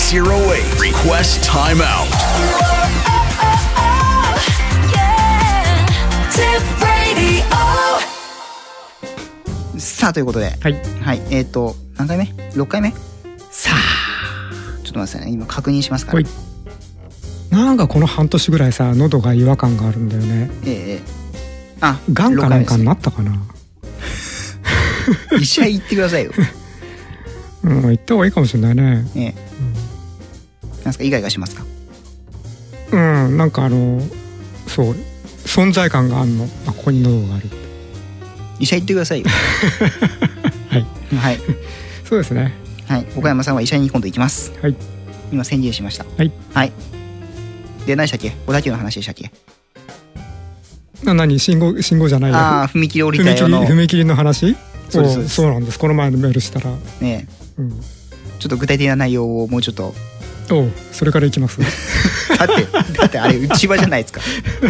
Request timeout. さあということで、 はい、 はい、何回目 ?6 回目さあちょっと待ってくださいね、今確認しますから。 なんかこの半年ぐらいさ喉が違和感があるんだよね。 あ、 がんかなんかになったかな。 医者行ってくださいよ。 行った方がいいかもしれないね。 なんですか、イガイガしますか？ なんかそう存在感があるの。ここに喉がある。 医者行ってくださいよ。 はいはい。 そうですね。 はい。岡山さんは医者に今度行きます。 はい。 今宣言しました。 はいはい。で何でしたっけ？小田急の話でしたっけ？ 信号じゃないよ。 ああ、踏切降りたよの踏切の話？ そうです。 そうなんです。この前のメールしたらね、ちょっと具体的な内容をもうちょっと。 それからいきます。 だってあれ内場じゃないですか。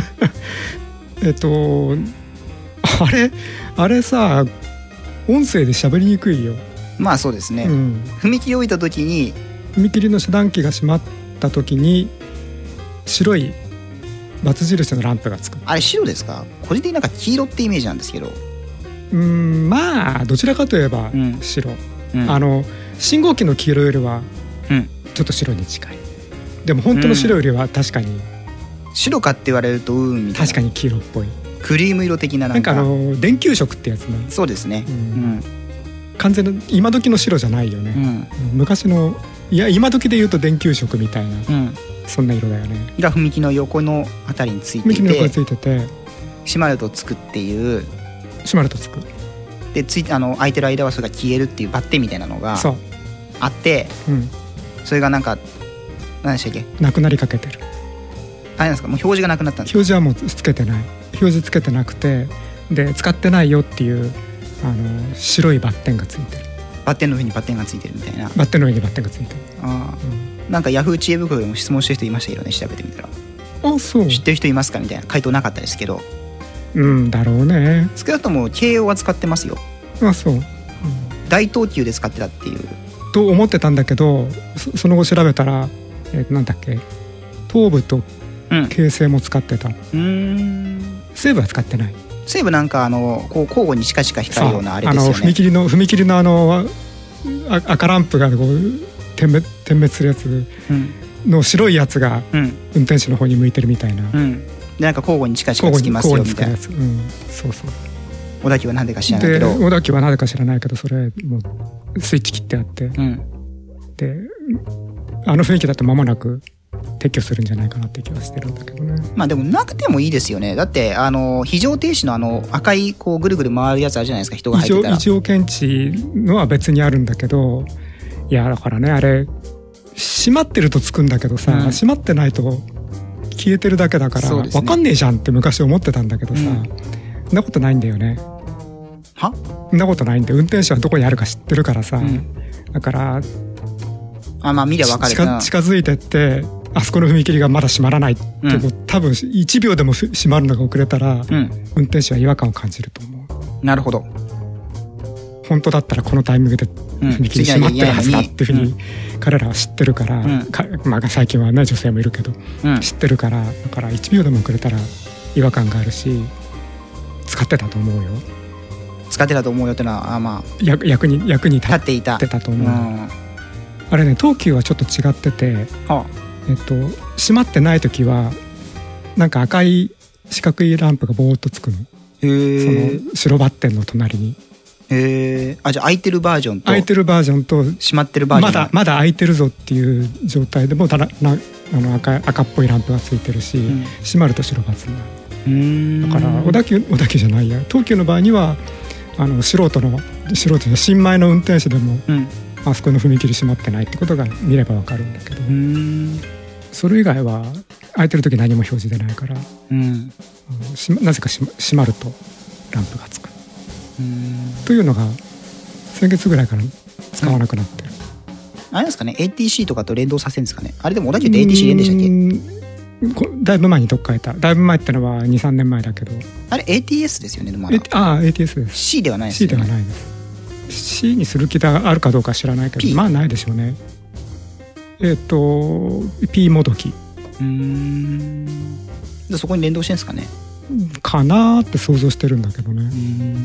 あれさ、音声で喋りにくいよ。 まあそうですね。踏切降りた時に、 踏切の遮断機が閉まった時に白い×印のランプがつく。 あれ白ですか？個人的になんか黄色ってイメージなんですけど。 まあどちらかといえば白。信号機の黄色よりはちょっと白に近い。でも本当の白よりは確かに、 白かって言われるとみたいな。 確かに黄色っぽい。 クリーム色的ななんか電球色ってやつね。 そうですね。 完全な今時の白じゃないよね。昔の今時で言うと電球色みたいな、そんな色だよね。 が踏切の横のあたりについてて、 踏切の横についてて、 閉まるとつくっていう。 閉まるとつく。 で空いてる間はそれが消えるっていうバッテンみたいなのがあって、それがなんか何でしたっけ？ なくなりかけてる。 あれなんですか？もう表示がなくなったんですか？ 表示はもうつけてない。表示つけてなくて、で使ってないよっていう白いバッテンがついてる。 バッテンの上にバッテンがついてるみたいな。 バッテンの上にバッテンがついてる。 なんかヤフー知恵袋でも質問してる人いましたけどね、調べてみたら。 そう。 知ってる人いますかみたいな回答なかったですけど。 だろうね。 少なくとも慶応は使ってますよ。 そう。 大東急で使ってたっていう。 と思ってたんだけど、その後調べたら、なんだっけ、東武と京成も使ってた。西武は使ってない。 西武なんかこう交互にチカチカ光るようなあれですよね。 踏切の赤ランプがこう点滅するやつの白いやつが運転手の方に向いてるみたいな。でなんか交互にチカチカつきますよみたいな。そうそう。小田急はなんでか知らないけど。 小田急はなんでか知らないけど、それもうスイッチ切ってあって、で雰囲気だと間もなく撤去するんじゃないかなって気はしてるんだけどね。 まあでもなくてもいいですよね。だって非常停止の赤いこうぐるぐる回るやつあるじゃないですか、人が入ってたら。異常検知のは別にあるんだけど、いやだからね、あれ閉まってるとつくんだけどさ、閉まってないと消えてるだけだから、分かんねえじゃんって昔思ってたんだけどさ、そんなことないんだよね。そんなことないんで、運転手はどこにあるか知ってるからさ、だからまあ見りゃ分かるな。 近づいてってあそこの踏切がまだ閉まらないって、多分1秒でも閉まるのが遅れたら、運転手は違和感を感じると思う。 なるほど。 本当だったらこのタイミングで踏切閉まってるはずだっていうふうに彼らは知ってるから、まあ最近はね女性もいるけど、知ってるから、だから1秒でも遅れたら違和感があるし、使ってたと思うよ。 使ってたと思うよってのはまあ役に立っていたと思う。あれね、東急はちょっと違ってて、閉まってない時はなんか赤い四角いランプがボーっとつくの。その白バッテンの隣に。 じゃあ開いてるバージョンと閉まってるバージョン、 まだ開いてるぞっていう状態でも赤っぽいランプがついてるし、閉まると白バツになる。だから小田急じゃないや、東急の場合には素人の新米の運転手でも、あそこの踏切閉まってないってことが見ればわかるんだけど、それ以外は開いてる時何も表示出ないから、なぜか閉まるとランプがつくというのが先月ぐらいから使わなくなってる。 あれですかね、 ATC とかと連動させるんですかね。あれでも小田急って ATC 連でしたっけ？ だいぶ前にどっか変えた。だいぶ前ってのは 2,3 年前だけど。 あれ ATS ですよね。まだ ATS です。 C ではないですよね。 C ではないです。C にする気があるかどうか知らないけど、まあないでしょうね。 P もどき。 でそこに連動してるんですかね。 かなって想像してるんだけどね。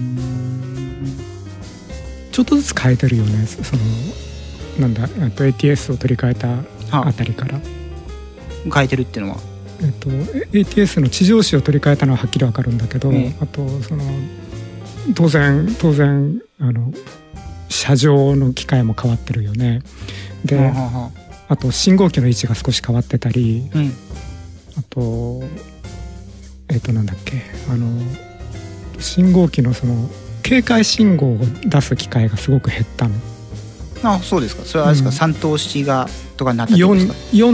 ちょっとずつ変えてるよね。そのなんだATS を取り替えたあたりから変えてるっていうのは、 ATS の地上紙を取り替えたのははっきり分かるんだけど、あとその当然車上の機械も変わってるよね。で、あと信号機の位置が少し変わってたり、あとなんだっけ信号機のその警戒信号を出す機会がすごく減ったの。 あ、そうですか。それはあれですか、3等式がとかになったってことですか。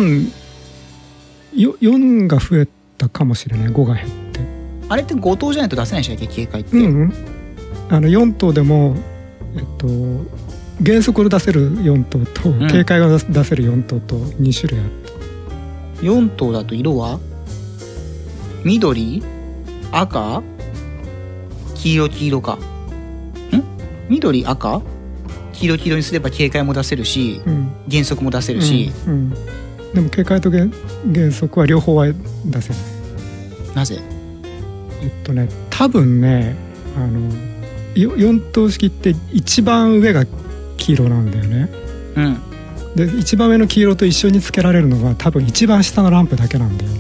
4が増えたかもしれない。5が減って。あれって5等じゃないと出せないでしたっけ、警戒って。 4等でも減速を出せる4等と、警戒が出せる4等と2種類あった。 4等だと色は緑、赤、黄色か。緑、赤、黄色にすれば警戒も出せるし、減速も出せるし、 でも警戒と減速は両方は出せない。 なぜ？ 多分ね、4等式って一番上が黄色なんだよね。で一番上の黄色と一緒につけられるのは多分一番下のランプだけなんだよ。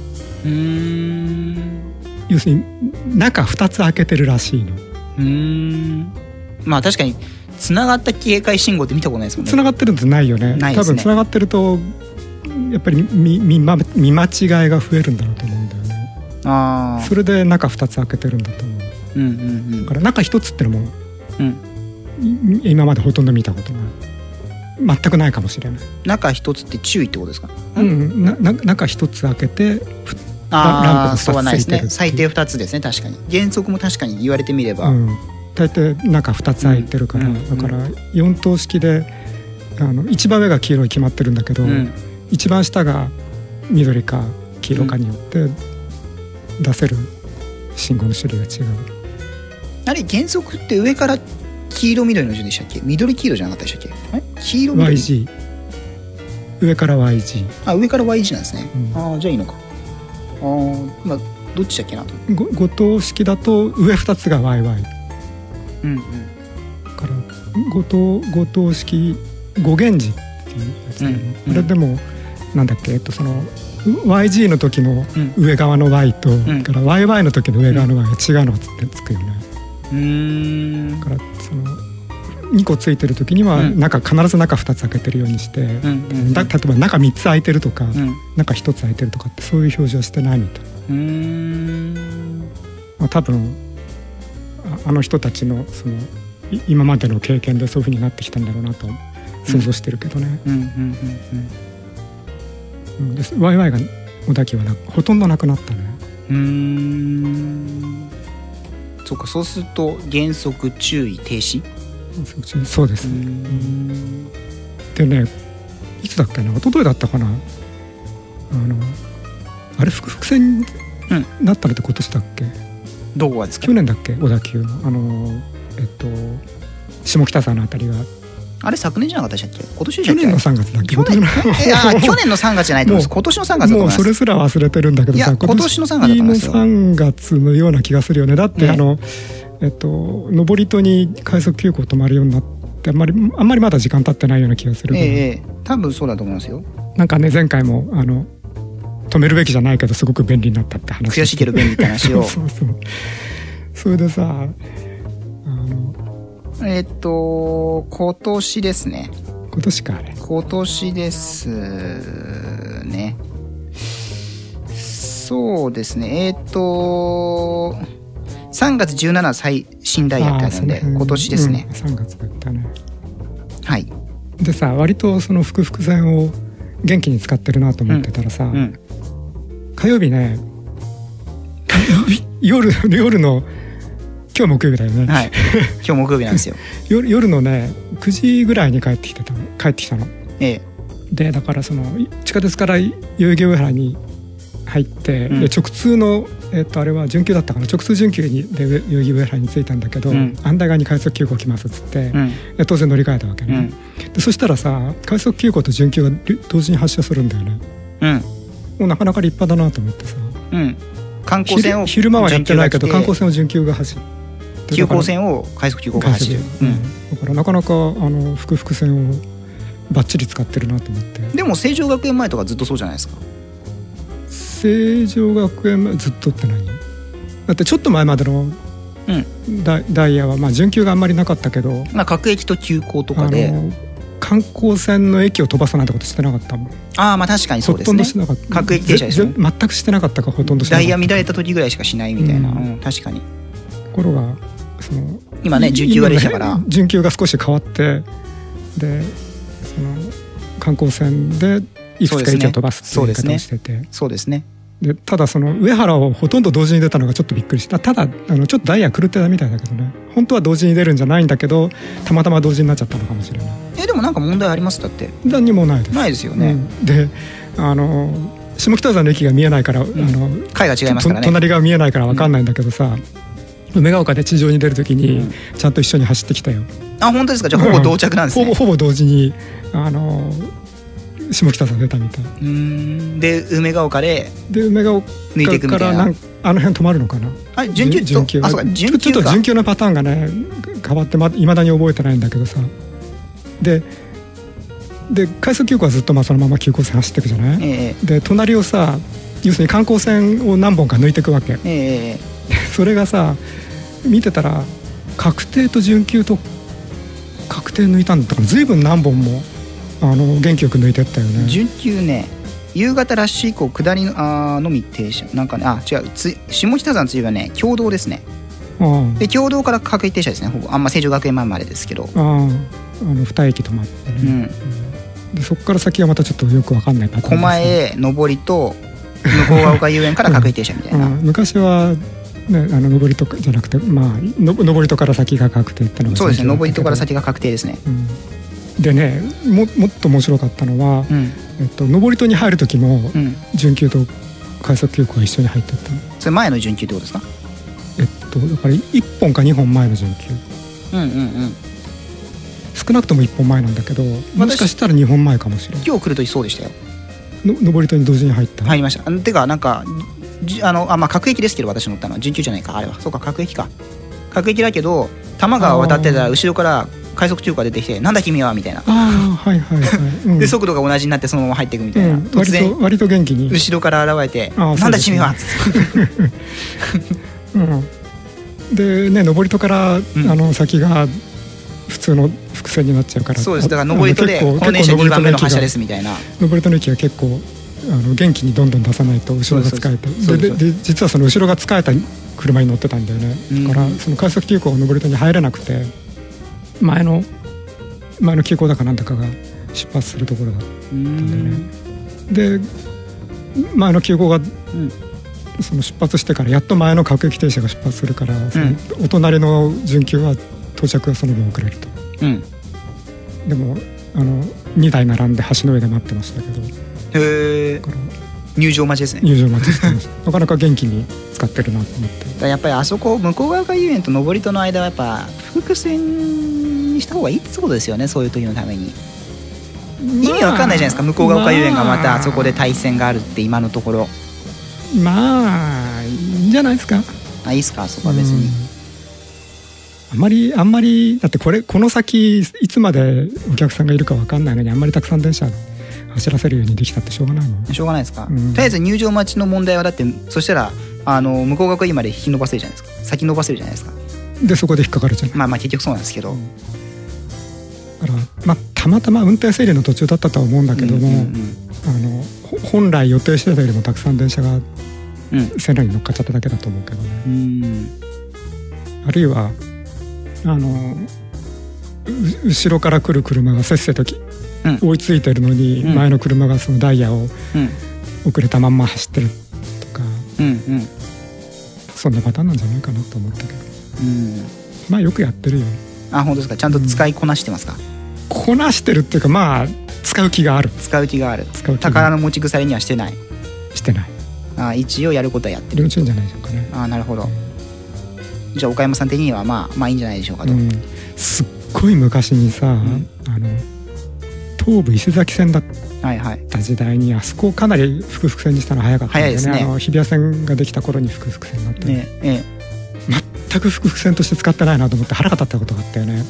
要するに中2つ開けてるらしいの。 まあ確かにつながった警戒信号って見たことないですもんね。 つながってるんじゃないよね。多分つながってるとやっぱり見間違いが増えるんだろうと思うんだよね。それで中2つ開けてるんだと思う。だから中1つってのも、今までほとんど見たことない。全くないかもしれない。 中1つって注意ってことですか？ 中1つ開けてランプが2つついてる。そうはないですね。最低2つですね。確かに減速も確かに言われてみれば、 大体中2つ開いてるから、だから4等式で一番上が黄色に決まってるんだけど、一番下が緑か黄色かによって出せる信号の種類が違う。 あれ減速って上から黄色緑の順でしたっけ？緑黄色じゃなかったでしたっけ？黄色緑 YG、 上から YG。 上から YG なんですね。じゃあいいのか。今どっちだっけなと。 5等式だと上2つが YY。だから5等式5減時っていうやつ、これでもなんだっけ、その YG の時の上側の Y と、から YY の時の上側の Y が違うのがつくよね。だからその2個ついてる時には必ず中2つ開けてるようにして、例えば中3つ開いてるとか、中1つ開いてるとかってそういう表示はしてないみたい。多分あの人たちのその今までの経験でそういう風になってきたんだろうなと想像してるけどね。YY が小田急はほとんどなくなったね。 そうか、そうすると減速、注意、停止。 そうです。でね、いつだっけな、一昨日だったかな。あれ伏線になったのって今年だっけ？ どこがですか？ 去年だっけ、小田急の下北沢のあたりが。 あれ昨年じゃなかったでしたっけ？今年去年の3月だっけ？ 去年の3月じゃないと思います。今年の3月だと思います。 もうそれすら忘れてるんだけどさ、 今年の3月だと思いますよ。 今年の3月のような気がするよね。だって登戸に快速急行止まるようになってあんまりまだ時間経ってないような気がするから、 多分そうだと思いますよ。 なんかね、前回も止めるべきじゃないけどすごく便利になったって話、 悔しいけど便利って話をそれでさ、 今年ですね。 今年か、あれ今年ですね。そうですね。3月17最新ダイヤってあるんで、今年ですね。 3月だったね。 はい。 でさ、割とその複々線を元気に使ってるなと思ってたらさ、火曜日ね、夜の今日木曜日だよね。 はい。今日木曜日なんですよ。 夜のね9時ぐらいに帰ってきたの。でだからその地下鉄から代々木上原に入って、で直通の、あれは準急だったかな、直通準急にで代々木上原に着いたんだけど、安泰側に快速急行来ますっつって、で当然乗り換えたわけね、でそしたらさ快速急行と準急が同時に発車するんだよね、もうなかなか立派だなと思ってさ、 観光船を昼間はやってないけど観光船を準急が走る、 急行線を快速急行が走る、 だからなかなか複々線をバッチリ使ってるなと思って。 でも成城学園前とかずっとそうじゃないですか。 成城学園前ずっとって何？だってちょっと前までのダイヤは、準急があんまりなかったけど、 各駅と急行とかで観光船の駅を飛ばさないってことしてなかったもん。 確かにそうですね。ほとんどしなかった。各駅停車でしょ。 全くしてなかったか、ほとんどしなかった。 ダイヤ乱れた時ぐらいしかしないみたいな、確かに。 ところが今ね準急がでしたから準急が少し変わって、でその観光船でいくつか駅を飛ばすっていう言い方をしてて、 そうですね。 でただその上原をほとんど同時に出たのがちょっとびっくりした。ただちょっとダイヤ狂ってたみたいだけどね、本当は同時に出るんじゃないんだけどたまたま同時になっちゃったのかもしれない。 でもなんか問題あります？だって何にもないです。 ないですよね、 で下北沢の駅が見えないから、 階が違いますからね、 隣が見えないから分かんないんだけどさ、梅ヶ丘で地上に出るときにちゃんと一緒に走ってきたよ。 本当ですか？じゃあほぼ同着なんですね。 ほぼ同時に下北沢出たみたい。 で梅ヶ丘で梅ヶ丘抜いていくみたいな。 あの辺止まるのかな。 準急ちょっと準急のパターンがね変わっていまだに覚えてないんだけどさ。で快速急行はずっとそのまま急行線走っていくじゃない、で隣をさ要するに観光船を何本か抜いていくわけ、それがさ見てたら確定と準急と確定抜いたんだから随分何本も元気よく抜いてったよね。 準急ね夕方ラッシュ以降下りのみ停車なんかね、違う下北沢の次はね共同ですね。で共同から各駅停車ですね。ほぼ成城学園前までですけど、 2駅止まってね、でそこから先はまたちょっとよく分かんないパターンですね。 狛江上りと向ヶ丘遊園から各駅停車みたいな、 昔はね、上りとかじゃなくて上りとから先が確定ってのがそうですね。上りとから先が確定ですね、 でね もっと面白かったのは、上りとに入る時も、準急と快速急行が一緒に入ってったの。 それ前の準急ってことですか？ だから1本か2本前の準急、少なくとも1本前なんだけど、もしかしたら2本前かもしれない。 今日来るとそうでしたよ。 上りとに同時に入りました。てかなんか各駅ですけど、私乗ったのは準急じゃないか、あれは。そうか、各駅か。各駅だけど多摩川を渡ってたら後ろから快速急行が出てきて、なんだ君はみたいな。で速度が同じになってそのまま入っていくみたいな、突然割と元気に後ろから現れて、なんだ君はでね、上りとから、先が普通の伏線になっちゃうから。 そうです。だから上りとでこの電車2番目の発車ですみたいな。 上りとの駅が結構元気にどんどん出さないと後ろが使えて、で実はその後ろが使えた車に乗ってたんだよね。だからその快速急行が上りとに入れなくて、前の急行だかなんだかが出発するところだったんだよね。で前の急行が、その出発してからやっと前の各駅停車が出発するから、そのお隣の準急は到着がその分遅れると、でも2台並んで橋の上で待ってましたけど。 へえ。入場待ちですね。 入場待ちしてました。なかなか元気に使ってるなと思って。 やっぱりあそこ向ヶ丘遊園と上りとの間はやっぱ複線にした方がいいってことですよね。そういう時のために。意味わかんないじゃないですか。向ヶ丘遊園がまたあそこで対戦があるって今のところ。 いいんじゃないですか。 いいっすか、そこは別に。 あんまりだってこの先いつまでお客さんがいるか分かんないのに、あんまりたくさん電車走らせるようにできたってしょうがないの。 しょうがないですか、とりあえず入場待ちの問題はだって、そしたら向ヶ丘まで引き伸ばせるじゃないですか。先伸ばせるじゃないですか。 でそこで引っかかるじゃない。 結局そうなんですけど、 だからたまたま運転整理の途中だったとは思うんだけども、本来予定してたよりもたくさん電車が線路に乗っかっちゃっただけだと思うけどね。あるいは後ろから来る車がせっせと追いついてるのに、前の車がそのダイヤを遅れたまんま走ってるとか、そんなパターンなんじゃないかなと思ったけど、よくやってるよ。 本当ですか。ちゃんと使いこなしてますか。 こなしてるっていうか、使う気がある。 宝の持ち腐れにはしてない。 してない。 一応やることはやってる。 幼稚園じゃないでしょうかね。 なるほど。じゃあ岡山さん的にはまあいいんじゃないでしょうかと。 すっごい昔にさ、東武伊勢崎線だった時代に、あそこをかなり複々線にしたの早かったんでね。日比谷線ができた頃に複々線になって、全く複々線として使ってないなと思って腹が立ったことがあったよね。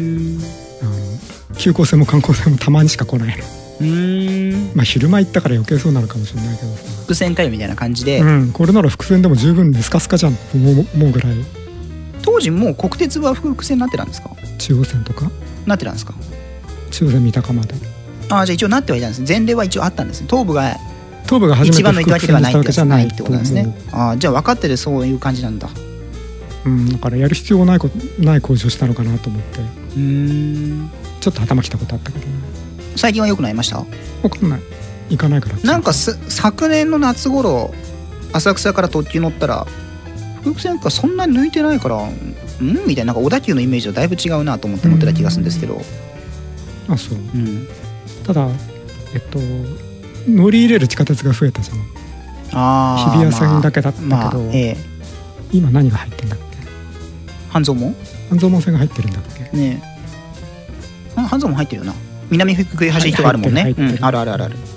急行線も観光線もたまにしか来ないの。昼間行ったから余計そうなのかもしれないけどさ、 伏線かよみたいな感じで、 これなら伏線でも十分スカスカじゃんと思うぐらい。 当時もう国鉄は複々線になってたんですか？ 中央線とかなってたんですか？ 中央線三鷹まで。 じゃあ一応なってはいたんです。前例は一応あったんですね。東部が初めて一番の行くわけではないってじゃないってことなんですね。じゃあ分かってる、そういう感じなんだ。 だからやる必要ない工事をしたのかなと思って、ちょっと頭きたことあったけどね。 最近は良くなりました？ 分かんない、行かないから。 なんか昨年の夏頃浅草から特急乗ったら複々線かそんなに抜いてないからみたいな、小田急のイメージはだいぶ違うなと思ってた気がするんですけど。 そう、ただ乗り入れる地下鉄が増えたじゃん。日比谷線だけだったけど、今何が入ってんだっけ？半蔵門線が入ってるんだっけね。 半蔵門入ってるよな。南福井橋人があるもんね。ある。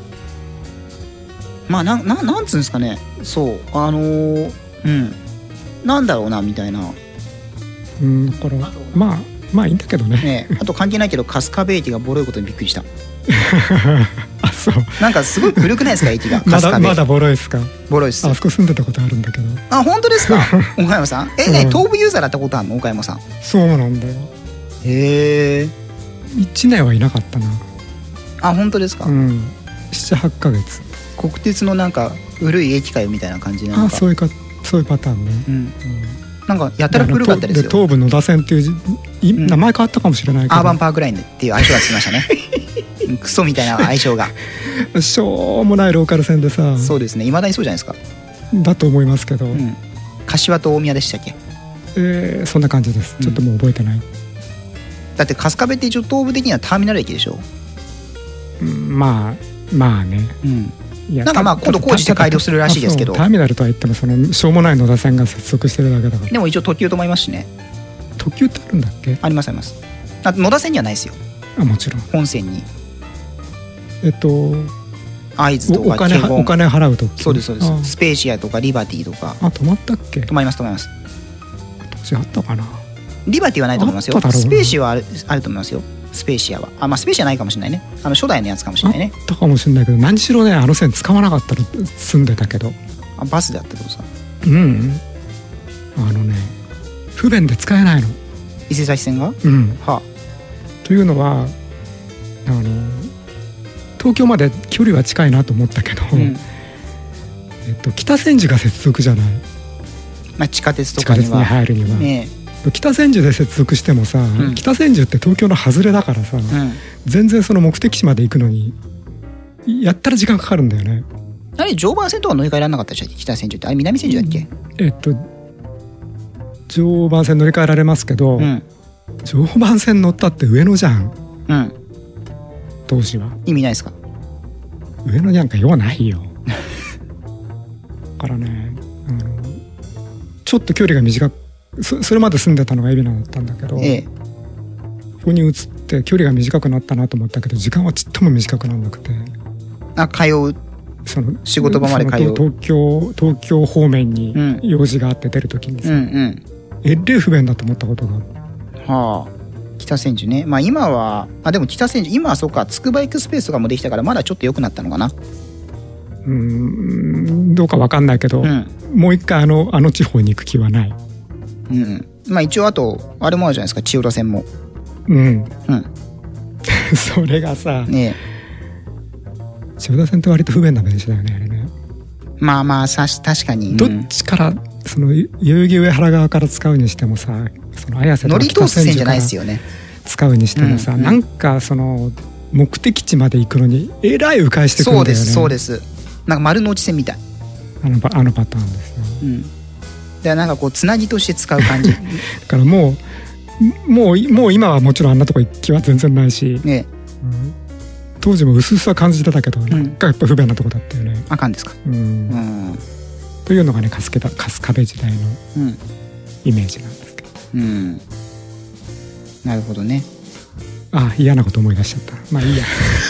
なんつうんですかね。そうなんだろうなみたいな。だからまあいいんだけどね。 あと関係ないけど春日部駅がボロいことにびっくりした。 そう。 なんかすごい古くないですか駅が。 まだボロいですか？ボロいっす。あそこ住んでたことあるんだけど。 本当ですか？岡山さん。東武ユーザーだったことあるの？岡山さん。 そうなんだよ。へえ。1年はいなかったな。 本当ですか ？7、8ヶ月。 国鉄のなんか古い駅かよみたいな感じで。 そういうパターンね。 なんかやたら古かったですよ。 東武野田線っていう名前変わったかもしれないけど、 アーバンパークラインっていう愛称がつきましたね。クソみたいな愛称が。 しょうもないローカル線でさ。 そうですね、未だにそうじゃないですか。 だと思いますけど、 柏と大宮でしたっけ？ そんな感じです。ちょっともう覚えてない。 だって春日部って一応東武的にはターミナル駅でしょ。 まあね。 なんか今度工事して改良するらしいですけど。 ターミナルとは言ってもしょうもない野田線が接続してるだけだから。 でも一応特急止まりますしね。 特急ってあるんだっけ？ あります。野田線にはないですよ。 もちろん。 本線に。会津とかお金払うと。 そうです。スペーシアとかリバティとか。 止まったっけ？ 止まります。 違ったかな。 リバティはないと思いますよ。スペーシアはあると思いますよ。スペーシアはスペーシアないかもしれないね。初代のやつかもしれないね。 あったかもしれないけど、何しろね、あの線使わなかったら住んでたけど。 バスであったけどさ。 不便で使えないの。 伊勢崎線が？ というのは東京まで距離は近いなと思ったけど、北千住が接続じゃない。 地下鉄とかに入るには。北千住で接続してもさ、北千住って東京の外れだからさ、全然その目的地まで行くのにやったら時間かかるんだよね。 あれ常磐線とか乗り換えられなかったでしょ？北千住ってあれ南千住だっけ？ 常磐線乗り換えられますけど、常磐線乗ったって上野じゃん。当時は意味ないですか？ 上野なんか用ないよ。だからね、ちょっと距離が短く、それまで住んでたのが海老名だったんだけど、ここに移って距離が短くなったなと思ったけど、時間はちっとも短くならなくて。 通う仕事場まで通う。 東京方面に用事があって出るときにさ、不便だと思ったことがある。 北千住ね。今はでも北千住今はそうか、つくばエクスプレスとかもできたからまだちょっと良くなったのかな。 どうか分かんないけど、もう一回あの地方に行く気はない。 一応あとあれもあるじゃないですか、千代田線も。 それがさ、千代田線って割と不便な電車だよね、あれね。 確かに。 どっちからその代々木上原側から使うにしてもさ、その綾瀬とか北千住から使うにしてもさ、なんかその目的地まで行くのにえらい迂回してくるんだよね。 そうです。なんか丸の内線みたい。 あのパターンですよ。 でなんかこうつなぎとして使う感じ。だからもう今はもちろんあんなとこ行く気は全然ないし。当時も薄々は感じてたけど、なんかやっぱ不便なとこだったよね。 あかんですか。 というのがね春日部時代のイメージなんですけど、 なるほどね。 あ、嫌なこと思い出しちゃった。まあいいや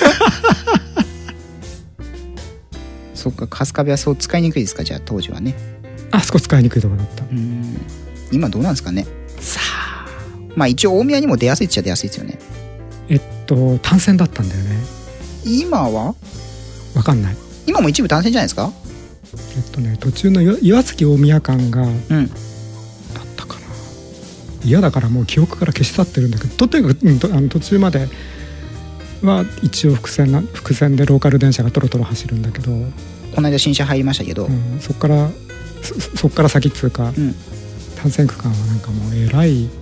そっか、春日部はそう使いにくいですか、じゃあ当時はね。 あそこ使いにくいところだった。 今どうなんですかね。さあ、まあ一応大宮にも出やすいっちゃ出やすいですよね。 単線だったんだよね。 今は分かんない。 今も一部単線じゃないですか。 途中の岩槻大宮間が、だったかな。嫌だからもう記憶から消し去ってるんだけど、とにかく、途中までは一応伏線でローカル電車がトロトロ走るんだけど、 この間新車入りましたけど、 そっから先っつうか、単線区間はなんかもうえらい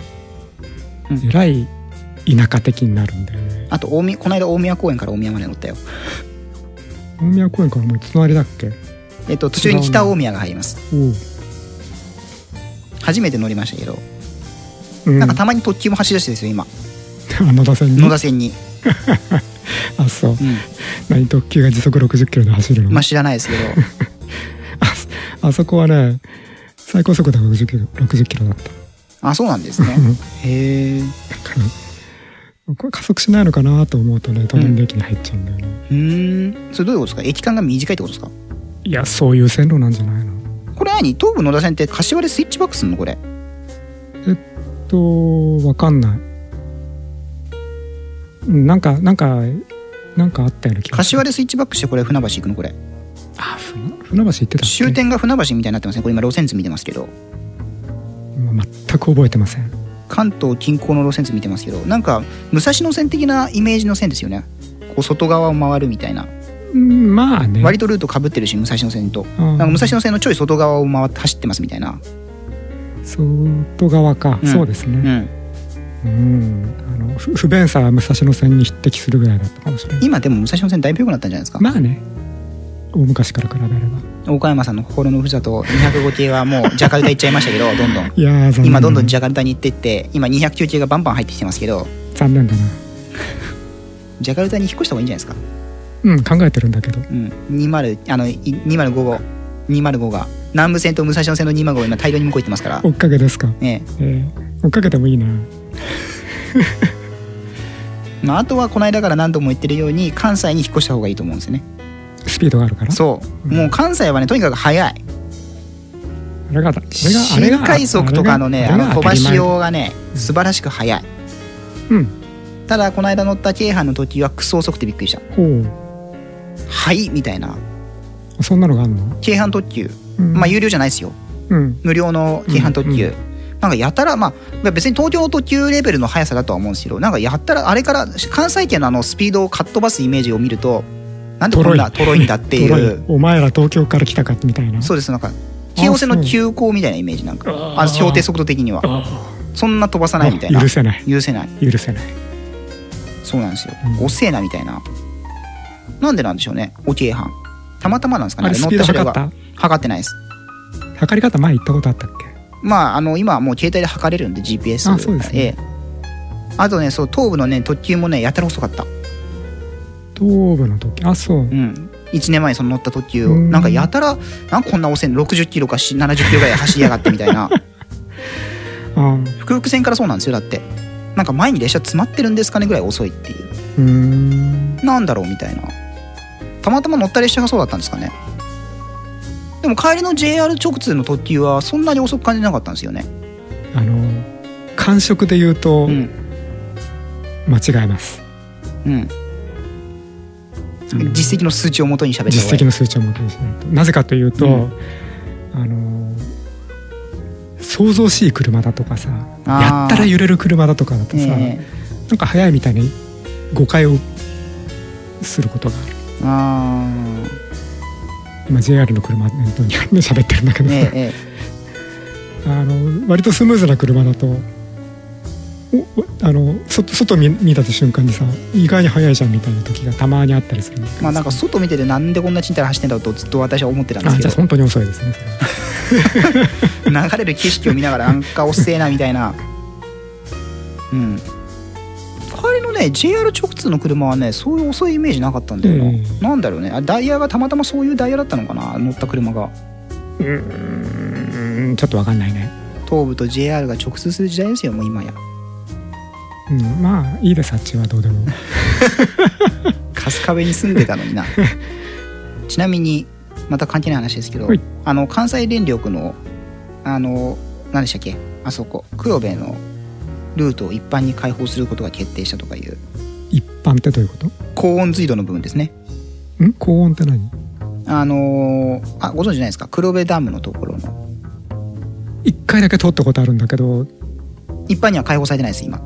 田舎的になるんだよね。 あとこの間大宮公園から大宮まで乗ったよ。 大宮公園からもう隣だっけ。 途中に北大宮が入ります。初めて乗りましたけど、なんかたまに特急も走り出してですよ今。 野田線にあ、そう、何特急が時速60キロで走るの。 まあ知らないですけどあそこはね最高速度が60キロだった。 あ、そうなんですねへえ。 これ加速しないのかなと思うとね、都電で駅に入っちゃうんだよね。 それどういうことですか。駅間が短いってことですか。 いや、そういう線路なんじゃないの。これ東武野田線って柏でスイッチバックするのこれ。 わかんない。なんかあったような気がする。 柏でスイッチバックしてこれ船橋行くのこれ。 あ、船橋行ってたっけ。 終点が船橋みたいになってますね。これ今路線図見てますけど。 全く覚えてません。 関東近郊の路線図見てますけど、なんか武蔵野線的なイメージの線ですよね。こう外側を回るみたいな。 まあね。 割とルート被ってるし、武蔵野線と。なんか武蔵野線のちょい外側を回って走ってますみたいな。 外側か、そうですね。不便さは武蔵野線に匹敵するぐらいだったかもしれない。 今でも武蔵野線だいぶ良くなったんじゃないですか。 まあね、大昔から比べれば。 岡山さんの心のふるさと205系はもうジャカルタ行っちゃいましたけどどんどんいや今どんどんジャカルタに行ってって今209系がバンバン入ってきてますけど、 残念だなジャカルタに引っ越した方がいいんじゃないですか。 考えてるんだけど、 205が南武線と武蔵野線の205今大量に向こう行ってますから。 追っかけですか。追っかけてもいいなあとはこの間から何度も言ってるように関西に引っ越した方がいいと思うんですよね。 スピードがあるから。 そう、もう関西はねとにかく速い。新快速とかのね飛ばしようがね素晴らしく速い。ただこの間乗った京阪の時はクソ遅くてびっくりした。はいみたいな。 そんなのがあるの。 京阪特急、まあ有料じゃないですよ、無料の京阪特急、なんかやたら、まあ別に東京の特急レベルの速さだとは思うんですけど、なんかやったらあれから関西圏のスピードをかっ飛ばすイメージを見ると、なんでこんなとろいんだっていうお前ら東京から来たかみたいな。 そうです。なんか京王線の急行みたいなイメージ。なんか標定速度的にはそんな飛ばさないみたいな。 許せない。 そうなんですよ、遅えなみたいな。なんでなんでしょうね。お京阪たまたまなんですかね。 スピード測った？ 測ってないです。 測り方前言ったことあったっけ。 まあ今はもう携帯で測れるんで GPS。 そうですね。 あとね、そう東武のね特急もねやたら遅かった。 東武の特急、そう。 1年前にその乗った特急をなんかやたらなんかこんな遅いの60キロか70キロぐらい走りやがってみたいな福々線からそうなんですよ。だってなんか前に列車詰まってるんですかねぐらい遅いっていう。なんだろうみたいな。たまたま乗った列車がそうだったんですかね。でも帰りの JR 直通の特急はそんなに遅く感じなかったんですよね。 感触で言うと、間違えます。 実績の数値をもとに喋る。 実績の数値をもとにしないと。なぜかというと、騒々しい車だとかさ、やったら揺れる車だとかだとさ、なんか速いみたいに誤解をすることがある。今 JR の車念頭に喋ってるんだけどさ、割とスムーズな車だと外見た瞬間にさ、意外に速いじゃんみたいな時がたまにあったりするんだけど、 まあなんか外見ててなんでこんなちんたら走ってんだろうとずっと私は思ってたんですけど。 じゃあ本当に遅いですね流れる景色を見ながらなんか遅えなみたいな。帰りのね JR 直通の車はねそういう遅いイメージなかったんだよな。なんだろうね、ダイヤがたまたまそういうダイヤだったのかな、乗った車が。 ちょっと分かんないね。 東武と JR が直通する時代ですよもう今や。 まあいいですあっちはどうでも。 春日部に住んでたのにな。ちなみにまた関係ない話ですけど、関西電力の何でしたっけ、あそこ黒部のルートを一般に開放することが決定したとかいう。 一般ってどういうこと？ 高温水道の部分ですね。 高温って何？ ご存知ないですか？黒部ダムのところの。 一回だけ通ったことあるんだけど一般には開放されてないです今。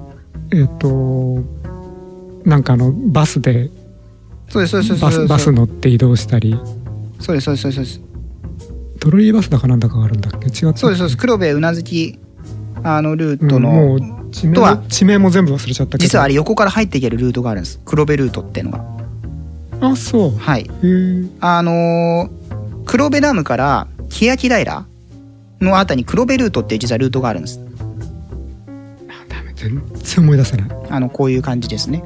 なんかバスで、 そうですバス乗って移動したり。 そうですトロリーバスだかなんだかがあるんだっけ？違ったっけ？そうです黒部宇奈月ルートの、 もう地名も全部忘れちゃったけど、 実はあれ横から入っていけるルートがあるんです。黒部ルートっていうのが。 あ、そう。 はい。黒部ダムから欅平のあたりに黒部ルートっていう実はルートがあるんです。 全然思い出せない。 こういう感じですね。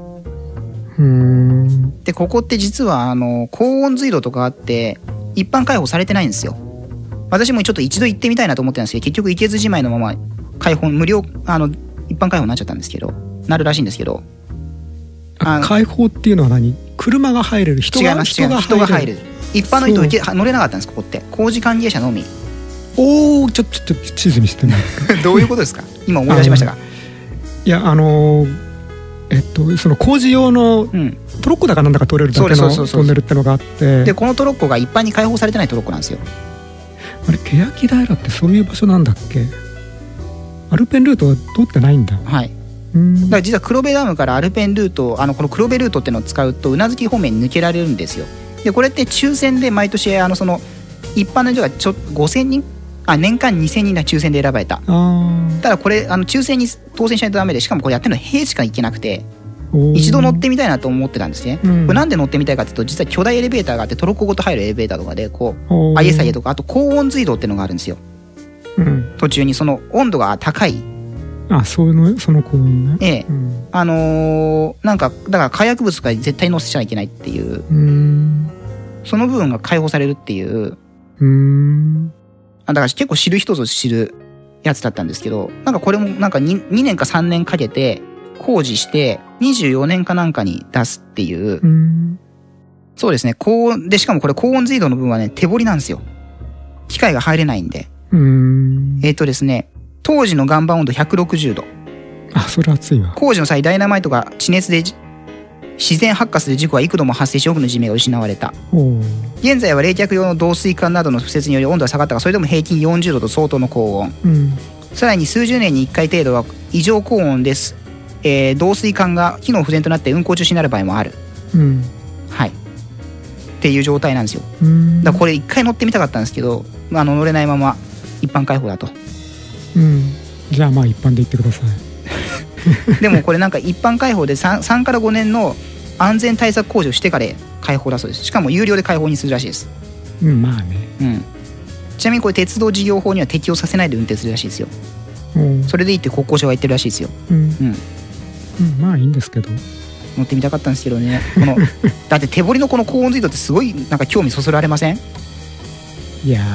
でここって実は高温水道とかあって一般開放されてないんですよ。私もちょっと一度行ってみたいなと思ってたんですけど、結局行けずじまいのまま無料一般開放になっちゃったんですけど、なるらしいんですけど。 開放っていうのは何？車が入れる？人が入る。 一般の人乗れなかったんです。ここって工事関係者のみ。 ちょっと地図見せてもらってどういうことですか？今思い出しましたが。 いやその工事用のトロッコだかなんだか通れるだけのトンネルってのがあって、 でこのトロッコが一般に開放されてないトロッコなんですよ。 あれ欅平ってそういう場所なんだっけ？アルペンルートは通ってないんだ。 はい。だから実は黒部ダムからアルペンルート、この黒部ルートっていうのを使うと宇奈月方面に抜けられるんですよ。でこれって抽選で毎年その一般の人が5000人年間2000人が抽選で選ばれた。ただこれ抽選に当選しないとダメで、しかもこれやってるの平しか行けなくて、一度乗ってみたいなと思ってたんですね。これなんで乗ってみたいかというと、実は巨大エレベーターがあってトロッコごと入るエレベーターとかでISIA とか、あと高温水道っていうのがあるんですよ。途中にその温度が高い。 その高温ね。 なんかだから火薬物とか絶対乗せちゃいけないっていう、その部分が解放されるっていう。だから結構知る人ぞ知るやつだったんですけど、なんかこれもなんか 2年か3年かけて工事して24年かなんかに出すっていう。そうですね。でしかもこれ高温水道の部分はね手掘りなんですよ。機械が入れないんで。ですね、当時の岩盤温度160度。 それ熱いわ。 工事の際ダイナマイトが地熱で自然発火する事故は幾度も発生し多くの人命が失われた。現在は冷却用の導水管などの敷設により温度は下がったが、それでも平均40度と相当の高温。さらに数十年に1回程度は異常高温です。導水管が機能不全となって運行中止になる場合もある。はい。っていう状態なんですよ。だからこれ1回乗ってみたかったんですけど、乗れないまま一般開放だと。 じゃあまあ一般で行ってください。 でもこれなんか一般開放で 3から5年の安全対策工事をしてから開放だそうです。しかも有料で開放にするらしいです。 まあね。 ちなみにこれ鉄道事業法には適用させないで運転するらしいですよ。それでいいって国交省が言ってるらしいですよ。 まあいいんですけど。 乗ってみたかったんですけどね。だって手掘りのこの高温水道ってすごいなんか興味そそられません？ いや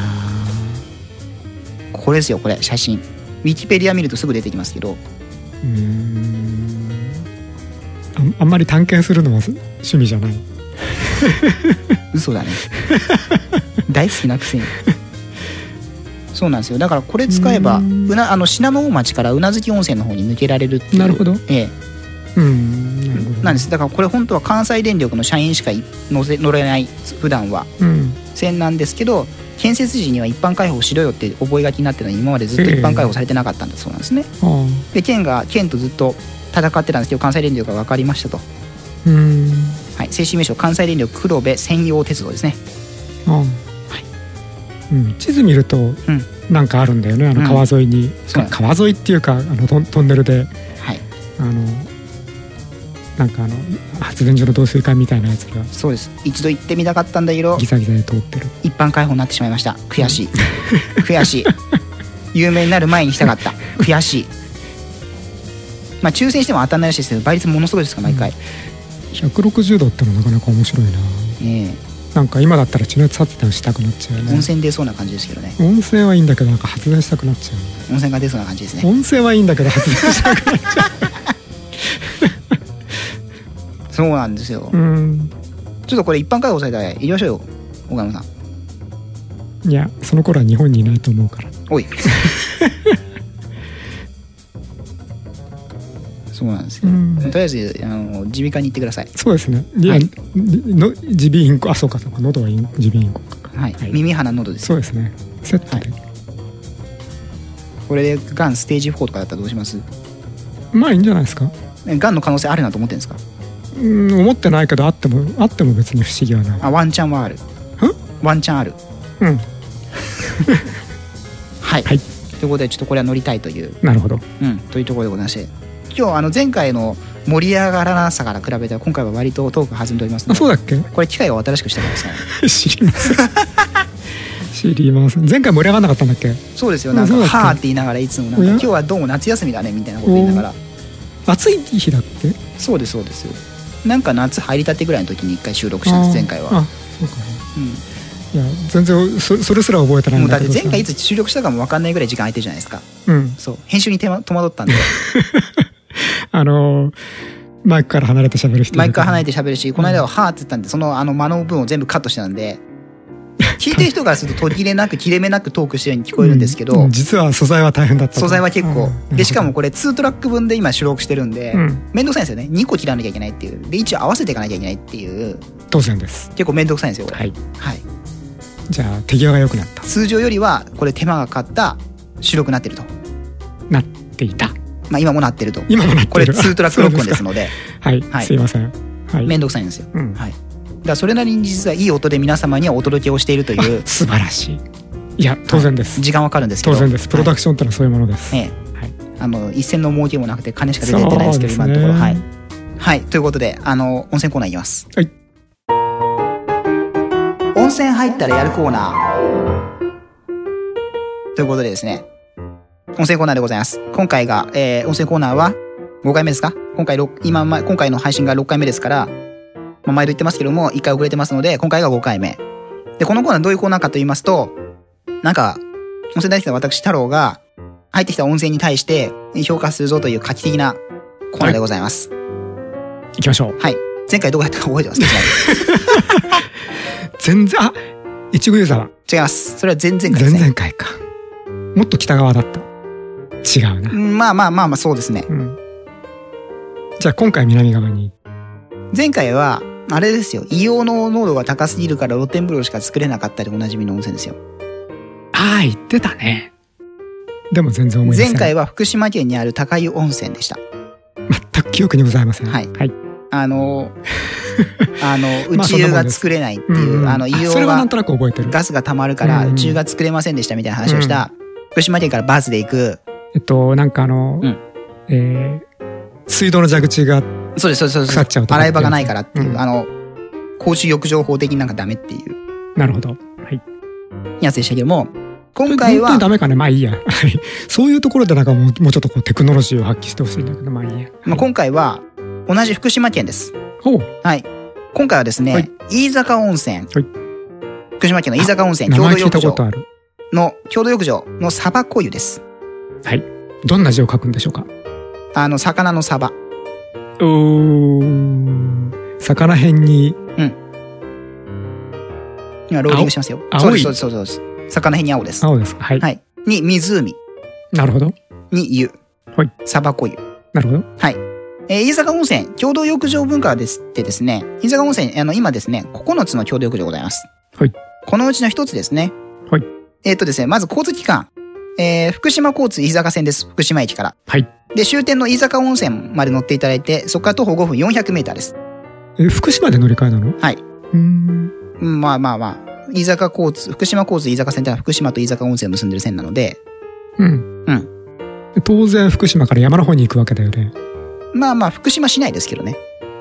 これですよ、これ写真。ウィキペディア見るとすぐ出てきますけど。 あんまり探検するのは趣味じゃない。 嘘だね。大好きなくせに。そうなんですよ。だからこれ使えば信濃大町から宇奈月温泉の方に抜けられるっていう。 なるほど。 なんです。だからこれ本当は関西電力の社員しか乗れない普段は線なんですけど、建設時には一般開放しろよって覚書になってるのに今までずっと一般開放されてなかったんだそうなんですね。で県とずっと戦ってたんですけど、関西電力が分かりましたと。はい、正式名称関西電力黒部専用鉄道ですね。 地図見るとなんかあるんだよね。川沿いに、川沿いっていうかトンネルで、なんか発電所の導水管みたいなやつが。そうです。一度行ってみたかったんだけどギザギザで通ってる。 一般開放になってしまいました。悔しい。悔しい。有名になる前にしたかった。悔しい。まあ抽選しても当たんないらしいですけど、倍率ものすごいですから毎回。 160度ってのはなかなか面白いな。 なんか今だったら地熱発電したくなっちゃうよね。 温泉出そうな感じですけどね。 温泉はいいんだけどなんか発電したくなっちゃう。 温泉が出そうな感じですね。 温泉はいいんだけど発電したくなっちゃうそうなんですよ。ちょっとこれ一般開放されたら入れましょうよ岡山さん。いやその頃は日本にいないと思うから。 おいそうなんですよ。とりあえず耳鼻科に行ってください。 そうですね。いや、耳鼻咽喉、あ、そうかそうか、喉は耳鼻咽喉か。 はい。耳鼻喉です。 そうですね。セットで。 これでがんステージ4とかだったらどうします？ まあいいんじゃないですか。 がんの可能性あるなと思ってるんですか？ 思ってないけどあっても別に不思議はない。 あ、ワンチャンはある。ワンチャンある。はい。ということでちょっとこれは乗りたいという。 なるほど。 というところでございまして。今日前回の盛り上がらなさから比べて今回は割とトーク弾んでおりますので。 あ、そうだっけ？ これ機械を新しくしてますね。 知りません知りません。前回盛り上がらなかったんだっけ？ そうですよ。なんかはーって言いながらいつもなんか今日はどうも夏休みだねみたいなこと言いながら。 暑い日だっけ？ そうですそうです。なんか夏入りたてぐらいの時に1回収録したんです前回は。 あ、そうかね。いや全然それすら覚えてないんだけど。 もうだって前回いつ収録したかも分かんないぐらい時間空いてるじゃないですか。そう編集に戸惑ったんでマイクから離れて喋る人。 マイクから離れて喋るし、この間ははーって言ったんでその間の部分を全部カットしてたんで聞いてる人からすると途切れなく切れ目なくトークしてるように聞こえるんですけど、 実は素材は大変だった。 素材は結構で、しかもこれ2トラック分で今収録してるんで面倒くさいんですよね。2個切らなきゃいけないっていうで一応合わせていかなきゃいけないっていう。 当然です。 結構面倒くさいんですよこれ。はい、 じゃあ手際が良くなった。 通常よりはこれ手間がかかった収録になってると。 なっていた。 まあ今もなってると。 今もなってる。 これ2トラック録音ですのではい、すいません。 面倒くさいんですよ。はい。だからそれなりに実はいい音で皆様にはお届けをしているという。 素晴らしい。いや当然です。 時間はかかるんですけど。 当然です。プロダクションってのはそういうものです。 一銭の儲けもなくて金しか出てってないですけど今のところ。はいということで温泉コーナーいきます。はい。温泉入ったらやるコーナーということでですね、温泉コーナーでございます。今回が、温泉コーナーは5回目ですか？今回の配信が6回目ですから、毎度言ってますけども1回遅れてますので今回が5回目で、このコーナーどういうコーナーかと言いますと、なんか温泉大好きな私太郎が入ってきた温泉に対して評価するぞという画期的なコーナーでございます。 行きましょう。 はい。前回どこやったか覚えてますか？ 全然、越後湯沢。 違います。それは前々回ですね。 前々回か。もっと北側だった。違うな。 まあそうですね。 じゃあ今回南側に。 前回はあれですよ。硫黄の濃度が高すぎるから露天風呂しか作れなかったでおなじみの温泉ですよ。 言ってたね。でも全然思い出せない。 前回は福島県にある高湯温泉でした。 全く記憶にございません。はい。 宇宙が作れないっていう、硫黄それはなんとなく覚えてる。 ガスが溜まるから宇宙が作れませんでしたみたいな話をした、福島県からバスで行く。 なんか水道の蛇口が腐っちゃうとか。 洗い場がないからっていう、公衆浴場法的になんかダメっていう。 なるほど。はい。 やつでしたけども、今回は。 本当にダメかね。まあいいや。そういうところでなんかもうちょっとこうテクノロジーを発揮してほしいんだけど、まあいいや。 今回は同じ福島県です。はい。今回はですね、飯坂温泉。福島県の飯坂温泉郷土浴場のサバコ湯です。はい。 どんな字を書くんでしょうか？ 魚のサバ。 魚辺に。 今ローディングしますよ。そうです。魚辺に青です。 青です。はい。 に湖。 なるほど。 に湯。はい。サバコ湯。 なるほど。 はい。飯坂温泉共同浴場文化でですね、飯坂温泉今ですね9つの共同浴場ございます。はい。このうちの1つですね。はい。ですね、まず交通機関、福島交通飯坂線です。福島駅から。はい。で終点の飯坂温泉まで乗っていただいて、そこから徒歩5分400メーターです。福島で乗り換えなの？はい。 まあ福島交通飯坂線ってのは福島と飯坂温泉を結んでる線なので。 当然福島から山の方に行くわけだよね。 まあ福島市内ですけどね。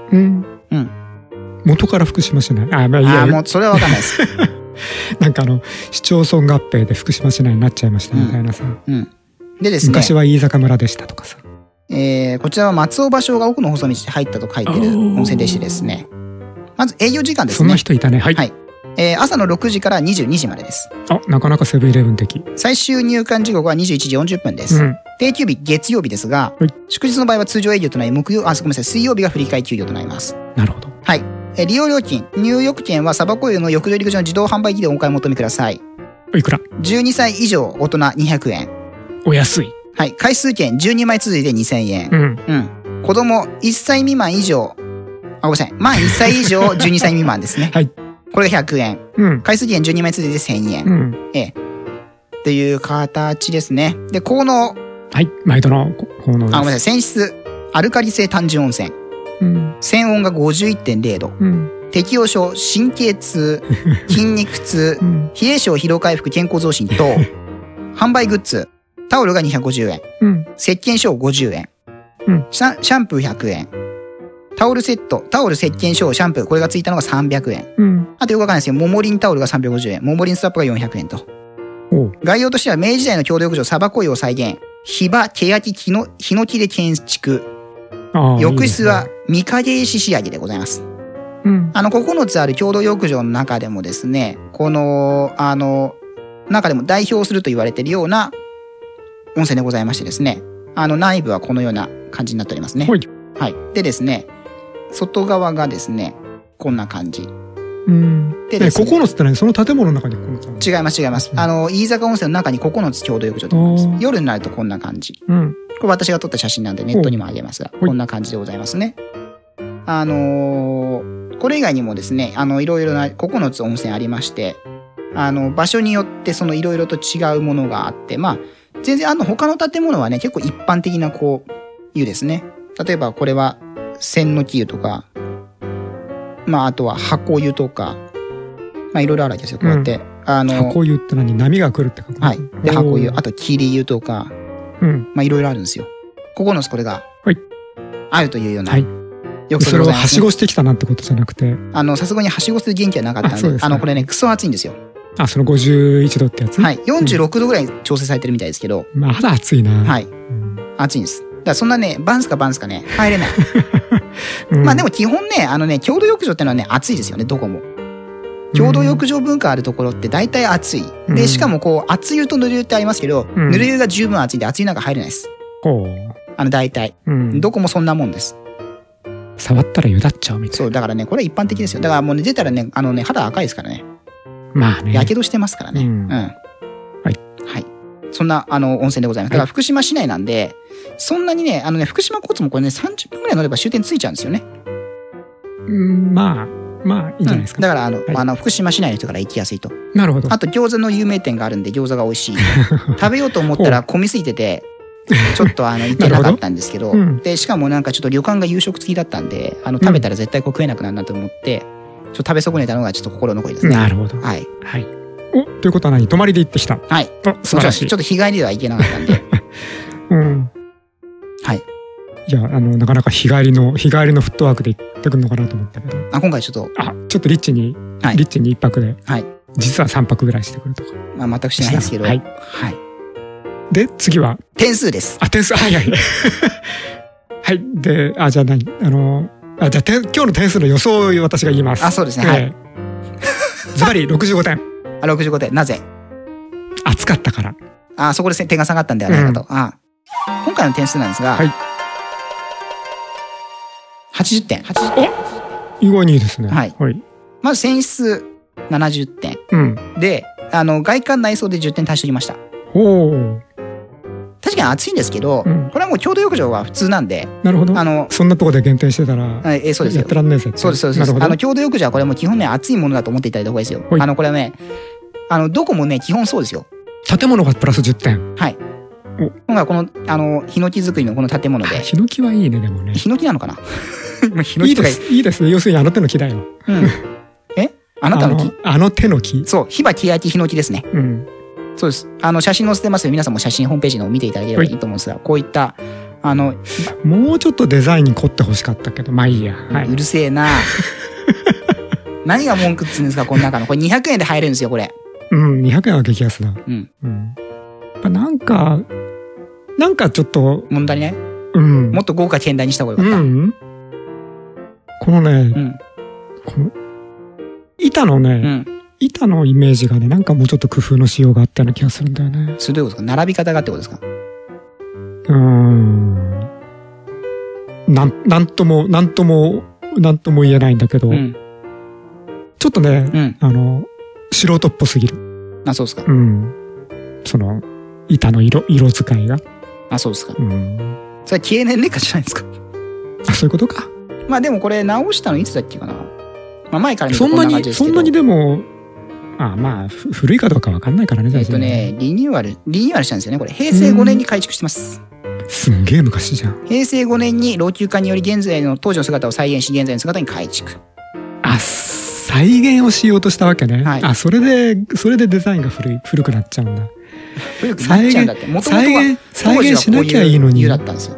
元から福島市内。 もうそれは分かんないです。 なんか市町村合併で福島市内になっちゃいましたみたいなさ。 でですね。 昔は飯坂村でしたとかさ。 こちらは松尾芭蕉が奥の細道で入ったと書いてる温泉でしてですね。まず営業時間ですね。 そんな人いたね。はい。 朝の6時から22時までです。 あ、なかなかセブンイレブン的。 最終入館時刻は21時40分です。定休日月曜日ですが、祝日の場合は通常営業となり、ごめんなさい、水曜日が振り替え休業となります。 なるほど。 はい。利用料金、入浴券はサバコ湯の浴場陸上の自動販売機でお買い求めください。 いくら？ 12 歳以上大人200円。 お安い。 はい。回数券12枚続いて2000円。子供1歳未満以上、ごめんなさい。満1歳以上12歳未満ですね。はい。これが100円。回数券12枚続いて1000円。っていう形ですね。で、効能。 はい。毎度の効能です。 ごめんなさい。泉質、アルカリ性単純温泉。泉温が 51.0 度。適応症、神経痛、筋肉痛、冷え症、疲労回復、健康増進等。販売グッズ、タオルが250円。石鹸ショー50円。シャンプー100円。タオルセット、タオル、石鹸ショー、シャンプー、これがついたのが300円。あとよくわかんないですけど、モモリンタオルが350円。モモリンストラップが400円と。概要としては、明治時代の郷土浴場、サバコ湯を再現。ヒバ、ケヤキ、ヒノキで建築。浴室は、御影石仕上げでございます。9つある共同浴場の中でもですね、中でも代表すると言われているような温泉でございましてですね、内部はこのような感じになっておりますね。はい。でですね、外側がですね、こんな感じ。 でですね、9つって何？その建物の中に9つ？ 違います、違います。飯坂温泉の中に9つ共同浴場と思います。夜になるとこんな感じ。これ私が撮った写真なんでネットにもあげますが、こんな感じでございますね。これ以外にもですね、いろいろな9つ温泉ありまして、場所によってそのいろいろと違うものがあって、まあ、全然他の建物はね、結構一般的な湯ですね。例えばこれは、千の木湯とか、まあ、あとは箱湯とか、まあ、いろいろあるわけですよ、こうやって。 箱湯って何？波が来るって書くんですか？ はい。で、箱湯、あと霧湯とか、まあ、いろいろあるんですよ。9つこれが、あるというような。よくそれをはしごしてきたなってことじゃなくて。 さすがにはしごする元気はなかったんで、これね、クソ暑いんですよ。 その51度ってやつ？はい。 46度ぐらい調整されてるみたいですけど。 まだ暑いな。 はい。暑いんです。だからそんなね、バンスかね、入れない。まあでも基本ね、共同浴場ってのはね、暑いですよね、どこも。共同浴場文化あるところって大体暑い。で、しかも熱湯とぬる湯ってありますけど、ぬる湯が十分暑いんで熱い中入れないです。大体。どこもそんなもんです。 触ったらゆだっちゃうみたいな。 そう、だからね、これは一般的ですよ。だからもうね、出たらね、肌赤いですからね。 まあね。 やけどしてますからね。はい。はい。そんな、温泉でございます。だから福島市内なんで、そんなにね、福島交通もこれね、30分くらい乗れば終点ついちゃうんですよね。 まあ、いいんじゃないですか。 だから、福島市内の人から行きやすいと。 なるほど。 あと、餃子の有名店があるんで、餃子が美味しい。食べようと思ったら混みすぎてて、ちょっと行けなかったんですけど、で、しかもなんかちょっと旅館が夕食付きだったんで、食べたら絶対食えなくなるなと思って、ちょっと食べ損ねたのがちょっと心残りですね。 なるほど。 はい。 はい。ということは泊まりで行ってきた？ はい。 素晴らしい。 ちょっと日帰りでは行けなかったんで。はい。 いや、なかなか日帰りのフットワークで行ってくるのかなと思ったけど。 今回ちょっと。 ちょっとリッチに一泊で。はい。実は3泊ぐらいしてくるとか。 まあ、全くしないですけど。はい。はい。 で、次は点数です。 点数。はい。はい。で、じゃあ何？じゃあ今日の点数の予想を私が言います。 そうですね。はい。 ズバリ65点。 65点。なぜ？ 暑かったから。 そこで点が下がったんではないかと。今回の点数なんですが、80点。 意外にいいですね。 はい。まず泉質70点。で、外観内装で10点足しておきました。確かに暑いんですけど、これはもう共同浴場は普通なんで。 なるほど。そんなとこで限定してたら、 そうですよ。 やってらんねえぜ。 そうです。共同浴場はこれもう基本ね、暑いものだと思っていただいた方がいいですよ。これはね、どこもね、基本そうですよ。 建物がプラス10点。 はい。今回この、ヒノキ作りのこの建物で。 ヒノキはいいね、でもね。 ヒノキなのかな？ いいですね。要するにあの手の木だよ。 あなたの木？ あの手の木。 そう、ヒバ、ケヤキ、ヒノキですね。そうです。写真載せてますよ。皆さんも写真ホームページのを見ていただければいいと思うんですが、こういった、 もうちょっとデザインに凝ってほしかったけど、まあいいや。 うるせえな何が文句っつうんですか、この中の。これ200円で入れるんですよ、これ。 200円は激安だ。なんかちょっと。 問題ね。もっと豪華絢爛にした方がよかった。 このね、この板のね、 板のイメージがね、なんかもうちょっと工夫のしようがあったような気がするんだよね。 それどういうことですか？並び方がってことですか？ なんとも言えないんだけど、ちょっとね、素人っぽすぎる。 あ、そうですか。 その板の色使いが。 あ、そうですか。それ経年劣化じゃないですか。 あ、そういうことか。 まあでもこれ直したのいつだっけかな。まあ前から見るとこんな感じですけど。 そんなにでも、まあ古いかどうかわかんないからね。 リニューアルしたんですよね。これ平成5年に改築してます。 すんげえ昔じゃん。 平成5年に老朽化により現在の当時の姿を再現し、現在の姿に改築。 再現をしようとしたわけね。はい、それでデザインが古くなっちゃうんだ。 古くなっちゃうんだって。もともとは再現しなきゃいいのに。 だったんですよ。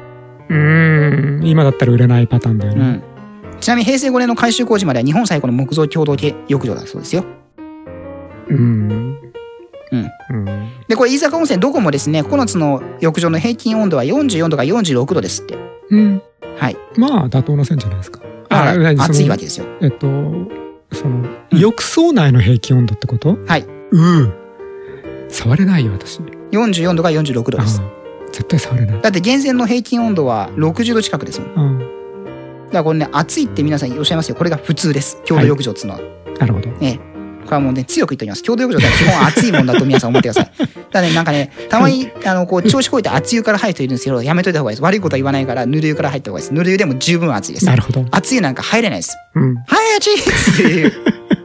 今だったら売れないパターンだよね。 ちなみに平成5年の改修工事までは日本最古の木造共同浴場だそうですよ。で、これ飯坂温泉どこもですね、9つの浴場の平均温度は44度から46度ですって。はい。 まあ妥当な線じゃないですか。 暑いわけですよ。 浴槽内の平均温度ってこと？ はい。 触れないよ私。 44度から46度です。 絶対触れない。 だって源泉の平均温度は60度近くですもん。だからこれね、暑いって皆さんおっしゃいますよ。これが普通です。共同浴場っつうのは。 なるほど。 これはもうね、強く言っております。共同浴場って基本暑いもんだと皆さん思ってください。だね、なんかね、たまに、調子こいて熱湯から入る人いるんですけど、やめといた方がいいです。悪いことは言わないから、ぬる湯から入った方がいいです。ぬる湯でも十分熱いです。 なるほど。 熱湯なんか入れないです。はい、熱いっていう。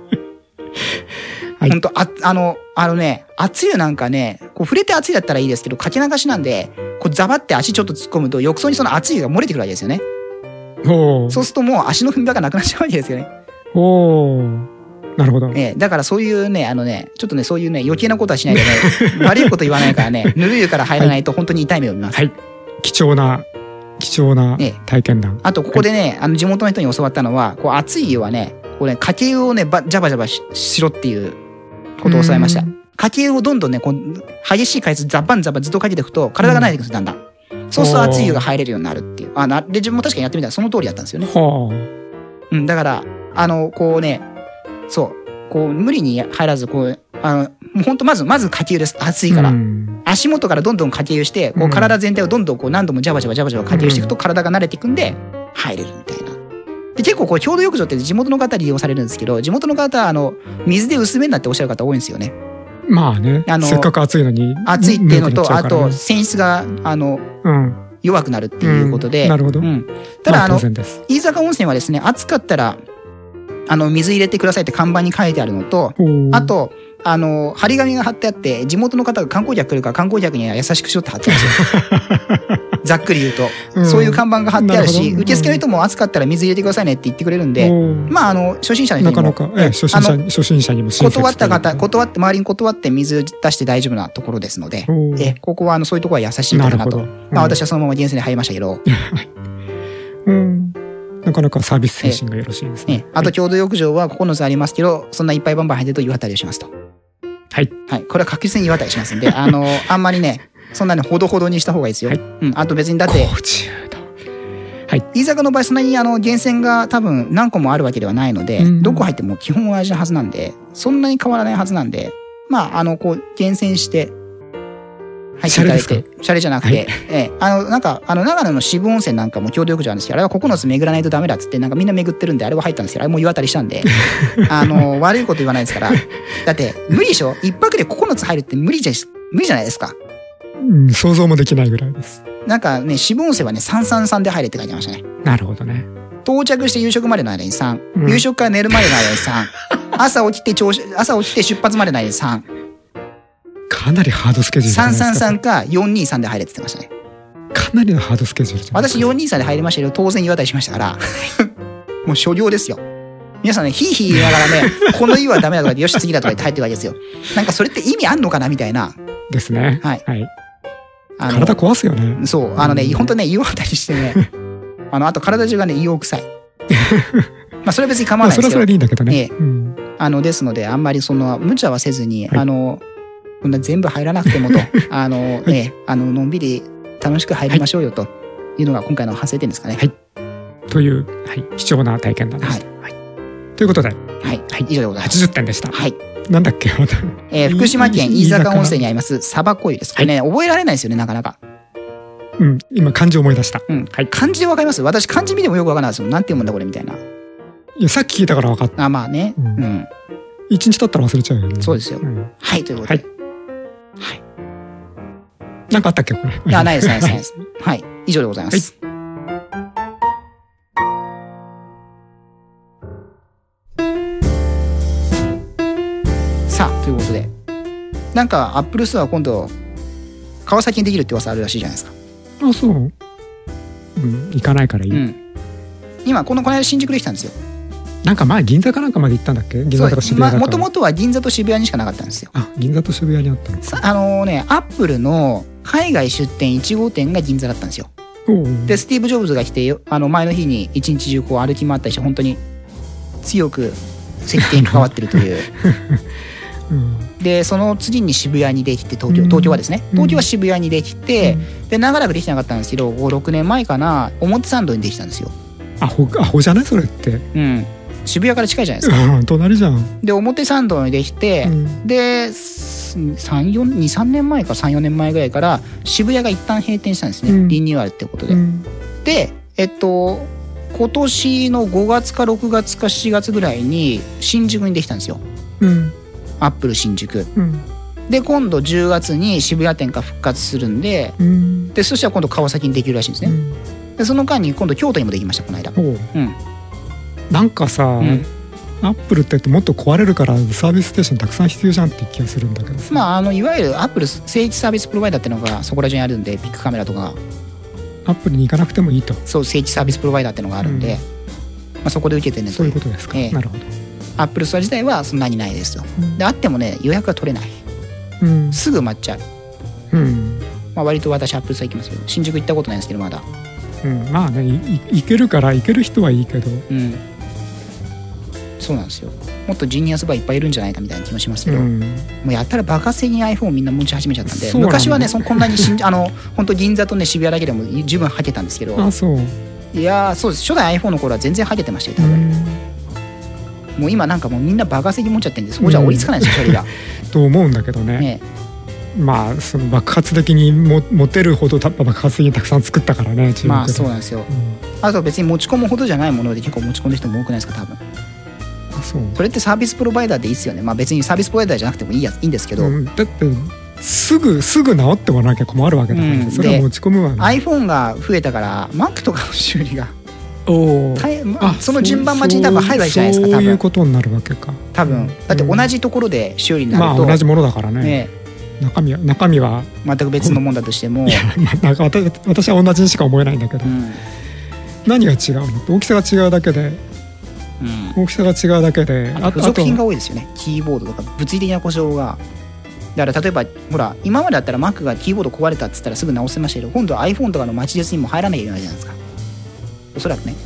ほんと、熱湯なんかね、こう触れて熱いだったらいいですけど、かけ流しなんで、こうザバって足ちょっと突っ込むと、浴槽にその熱湯が漏れてくるわけですよね。そうするともう足の踏み場がなくなっちゃうわけですよね。 なるほど。 だからそういうね、ちょっとね、そういうね、余計なことはしないでね、悪いこと言わないからね、ぬる湯から入らないと本当に痛い目を見ます。 貴重な体験談。 あと、ここでね、地元の人に教わったのは、こう、熱い湯はね、こうね、かけ湯をね、ジャバジャバしろっていうことを教わりました。かけ湯をどんどんね、こう、激しい回数ザバンザバンずっとかけていくと、体が慣れてくるんです、だんだん。そうすると熱い湯が入れるようになるっていう。で、自分も確かにやってみたらその通りだったんですよね。だから、こうね、そう。こう、無理に入らず、こう、ほんと、まずかけ湯です。熱いから。足元からどんどんかけ湯して、こう、体全体をどんどんこう、何度もジャバジャバかけ湯していくと、体が慣れていくんで、入れるみたいな。で、結構こう、共同浴場って地元の方利用されるんですけど、地元の方は、水で薄めになっておっしゃる方多いんですよね。 まあね。せっかく暑いのに。 暑いっていうのと、あと、泉質が、弱くなるっていうことで。 なるほど。 ただ、飯坂温泉はですね、暑かったら、水入れてくださいって看板に書いてあるのと、あと、張り紙が貼ってあって、地元の方が観光客来るから観光客には優しくしろって貼ってあるんですよ。ざっくり言うと。そういう看板が貼ってあるし、受付の人も暑かったら水入れてくださいねって言ってくれるんで、まあ、初心者の人にも。 なかなか、初心者にも断った方、周りに断って水出して大丈夫なところですので、ここはそういうところは優しいかなと。まあ、私はそのまま源泉に入りましたけど。 なかなかサービス精神がよろしいですね。 あと共同浴場は9つありますけど、そんないっぱいバンバン入ってると湯あたりをしますと。 はい。 これは確実に湯あたりしますんで、あんまりね、そんなにほどほどにした方がいいですよ。あと別にだって、飯坂の場合そんなに源泉が多分何個もあるわけではないので、どこ入っても基本同じなはずなんで、そんなに変わらないはずなんで、まあ、こう、厳選して、入っていただいて、シャレじゃなくて、なんか、長野の渋温泉なんかも共同浴場なんですけど、あれは9つ巡らないとダメだっつって、なんかみんな巡ってるんで、あれは入ったんですけど、あれも湯あたりしたんで、悪いこと言わないですから。だって、無理でしょ？一泊で9つ入るって無理じゃないですか。 想像もできないぐらいです。 なんかね、渋温泉はね、333で入れって書いてましたね。 なるほどね。 到着して夕食までの間に3、夕食から寝るまでの間に3、朝起きて出発までの間に3。 かなりハードスケジュールじゃないですか。 333か423で入れって言ってましたね。 かなりのハードスケジュールじゃないですか。 私423で入りましたけど、当然湯あたりしましたから。もう所領ですよ。皆さんね、ヒーヒー言いながらね、この湯はダメだとか言って、よし次だとか言って入ってるわけですよ。なんかそれって意味あんのかなみたいな。 ですね。 はい。 体壊すよね。 そう。本当ね、湯あたりしてね、あと体中がね、硫黄臭い。まあそれは別に構わないですけど。 それはそれでいいんだけどね。 ですので、あんまり無茶はせずに、こんな全部入らなくてもと、のんびり楽しく入りましょうよというのが今回の反省点ですかね。 はい。という、貴重な体験談です。 ということで、 はい、以上でございます。 80点でした。 はい。 なんだっけ、 福島県飯坂温泉にありますサバコイです。これね、覚えられないですよね、なかなか。 うん、今漢字思い出した。 はい。漢字でわかります？私漢字見てもよくわからないですよ。なんて読むんだこれみたいな。 いや、さっき聞いたから分かった。 まあね。 一日経ったら忘れちゃうよね。 そうですよ。はい、ということで。 はい。なんかあったっけ、これ。 いや、ないです、ないです。はい。以上でございます。さあ、ということで。なんか、アップルストア今度、川崎にできるって噂あるらしいじゃないですか。 あ、そう。行かないからいい。 今、この間新宿できたんですよ。 なんか前銀座かなんかまで行ったんだっけ？銀座とか渋谷だった。 もともとは銀座と渋谷にしかなかったんですよ。 あ、銀座と渋谷にあったの。 アップルの海外出店1号店が銀座だったんですよ。で、スティーブ・ジョブズが来て、前の日に一日中こう歩き回ったりして、本当に強く設計に関わってるという。で、その次に渋谷にできて、東京はですね、東京は渋谷にできて、で、長らくできてなかったんですけど、5、6年前かな、表参道にできたんですよ。 アホじゃないそれって。 渋谷から近いじゃないですか。 隣じゃん。 で、表参道にできて、で、2、3年前か3、4年前ぐらいから渋谷が一旦閉店したんですね。リニューアルってことで。で、今年の5月か6月か7月ぐらいに新宿にできたんですよ。アップル新宿。で、今度10月に渋谷店が復活するんで、で、そしたら今度川崎にできるらしいんですね。で、その間に今度京都にもできました、この間。 なんかさ、アップルってもっと壊れるからサービスステーションたくさん必要じゃんって気がするんだけどさ。 いわゆるアップル正規サービスプロバイダーっていうのがそこら中にあるんで、ビッグカメラとかアップルに行かなくてもいいと。 そう、正規サービスプロバイダーっていうのがあるんで、そこで受けてね。 そういうことですか。なるほど。 アップルストア自体はそんなにないですよ。で、あってもね、予約が取れない。すぐ埋まっちゃう。割と私アップルストア行きますよ。新宿行ったことないんですけどまだ。 まあね、行けるから行ける人はいいけど。 そうなんですよ。もっとジーニアスバーいっぱいいるんじゃないかみたいな気もしますけど、もうやったら爆発的に iPhone みんな持ち始めちゃったんで、昔はね、こんなに本当銀座とね渋谷だけでも十分はけたんですけど。 あ、そう。 いや、そうです。初代 iPhone の頃は全然はけてましたよ、多分。もう今なんかもうみんな爆発的に持っちゃってるんで、そこじゃ追いつかないですよ、処理が。 と思うんだけどね。まあその爆発的に持てるほど爆発的にたくさん作ったからね。 まあそうなんですよ。あと別に持ち込むほどじゃないもので結構持ち込んでる人も多くないですか、多分。それってサービスプロバイダーでいいですよね。別にサービスプロバイダーじゃなくてもいいんですけど、 だってすぐ治ってもらわなきゃ困るわけだから、それは持ち込むわね。 iPhone が増えたから Mac とかの修理がその順番待ちに多分入るわけじゃないですか。 そういうことになるわけか、 多分。だって同じところで修理になると、 同じものだからね。中身は全く別のもんだとしても、 なんか私は同じにしか思えないんだけど、何が違うの？大きさが違うだけで、大きさが違うだけで、 付属品が多いですよね。キーボードとか物理的な故障が。だから例えばほら、今までだったら Mac がキーボード壊れたっつったらすぐ直せましたけど、今度は iPhone とかの待ち列にも入らなきゃいけないじゃないですか、おそらくね。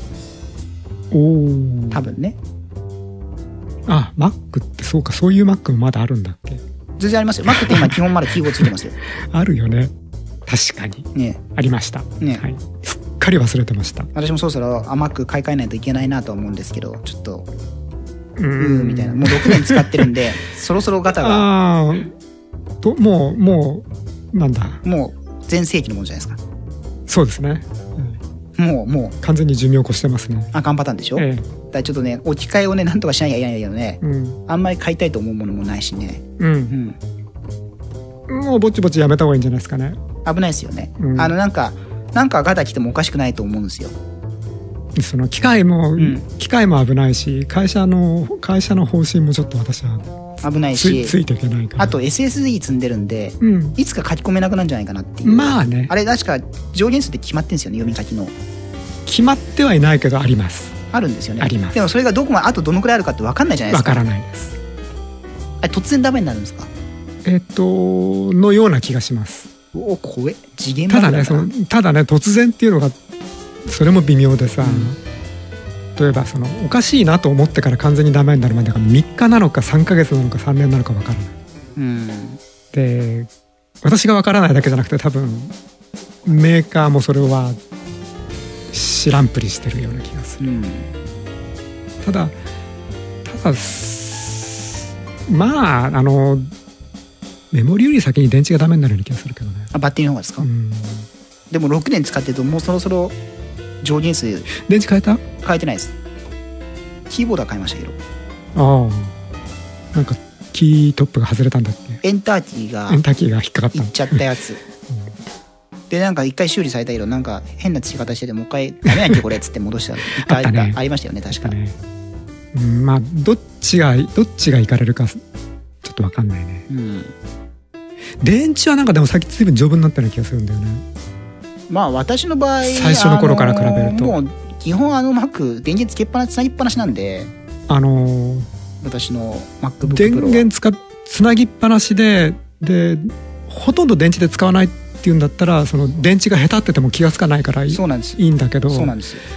多分ね。 Mac ってそうか、そういう Mac もまだあるんだっけ？ 全然ありますよ。Mac って今基本まだキーボードついてますよ。 あるよね、確かに。ありました。すっかり忘れてました。 私もそろそろ Mac 買い替えないといけないなとは思うんですけど、ちょっとみたいな。もう6年使ってるんでそろそろガタがもうなんだ、もう全盛期のものじゃないですか。そうですね。もう完全に寿命越してますね。あかんパターンでしょ。だからちょっとね、置き換えをね、なんとかしなきゃいけないんだけどね、あんまり買いたいと思うものもないしね。もうぼちぼちやめた方がいいんじゃないですかね。危ないですよね。なんかガタ来てもおかしくないと思うんですよ。その機械も危ないし、会社の方針もちょっと私は危ないし、ついていけないから。あと SSD 積んでるんで、いつか書き込めなくなるんじゃないかなっていう。まあね、あれ確か上限数って決まってるんですよね、読み書きの。決まってはいないけどあります。あるんですよね。あります。でもそれがあとどのくらいあるかって分かんないじゃないですか。分からないです。あれ突然ダメになるんですか？のような気がします。怖い。次元爆弾だな。ただね、突然っていうのがそれも微妙でさ、例えばおかしいなと思ってから完全にダメになるまでが3日なのか3ヶ月なのか3年なのか分からない。で、私が分からないだけじゃなくて、多分メーカーもそれは知らんぷりしてるような気がする。ただただまあメモリより先に電池がダメになるような気がするけどね。 バッテリーの方がですか？でも6年使ってるともうそろそろ上限数。 電池変えた？ 変えてないです。キーボードは変えましたけど。 なんかキートップが外れたんだっけ？ エンターキーが引っかかったいっちゃったやつで、なんか一回修理されたけど、なんか変な付け方しててもう一回ダメやんけこれっつって戻した一回ありましたよね、確か。 まあどっちがいかれるかちょっと分かんないね。電池はなんかでもさっき随分丈夫になったような気がするんだよね。 まあ私の場合最初の頃から比べると、 もう基本Mac 電源つなぎっぱなしなんで、私の MacBook Pro は電源つなぎっぱなしでほとんど電池で使わないっていうんだったら、その電池がへたってても気がつかないからいいんだけど、 そうなんですよ。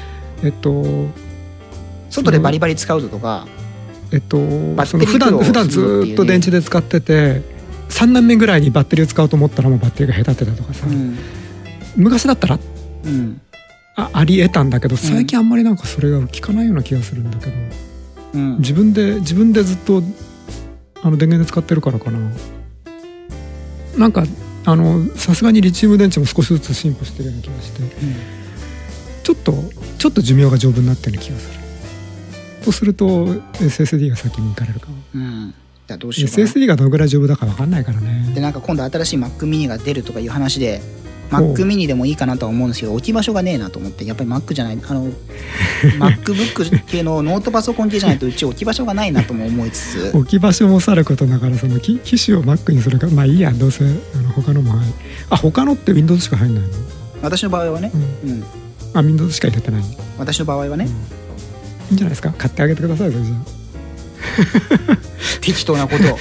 外でバリバリ使うとか、 その普段ずっと電池で使ってて3年目ぐらいにバッテリーを使おうと思ったらもうバッテリーがへたってたとかさ、昔だったら、ありえたんだけど、最近あんまりなんかそれが効かないような気がするんだけど、自分でずっと電源で使ってるからかな。なんかさすがにリチウム電池も少しずつ進歩してるような気がして、ちょっと寿命が丈夫になってる気がする。とすると SSD が先に行かれるかも。じゃあどうしようかな。 SSD がどのぐらい丈夫だか分かんないからね。でなんか今度新しい Mac mini が出るとかいう話で、Mac mini でもいいかなとは思うんですけど、置き場所がねえなと思って、やっぱり Mac じゃないMacBook 系のノートパソコン系じゃないとうち置き場所がないなとも思いつつ置き場所もさることながら、その機種を Mac にするか、まあいいや、どうせ他のも他のって Windows しか入んないの？ 私の場合はね、 Windows しか入れてない。 私の場合はね、 いいんじゃないですか、買ってあげてください。それじゃ適当なこと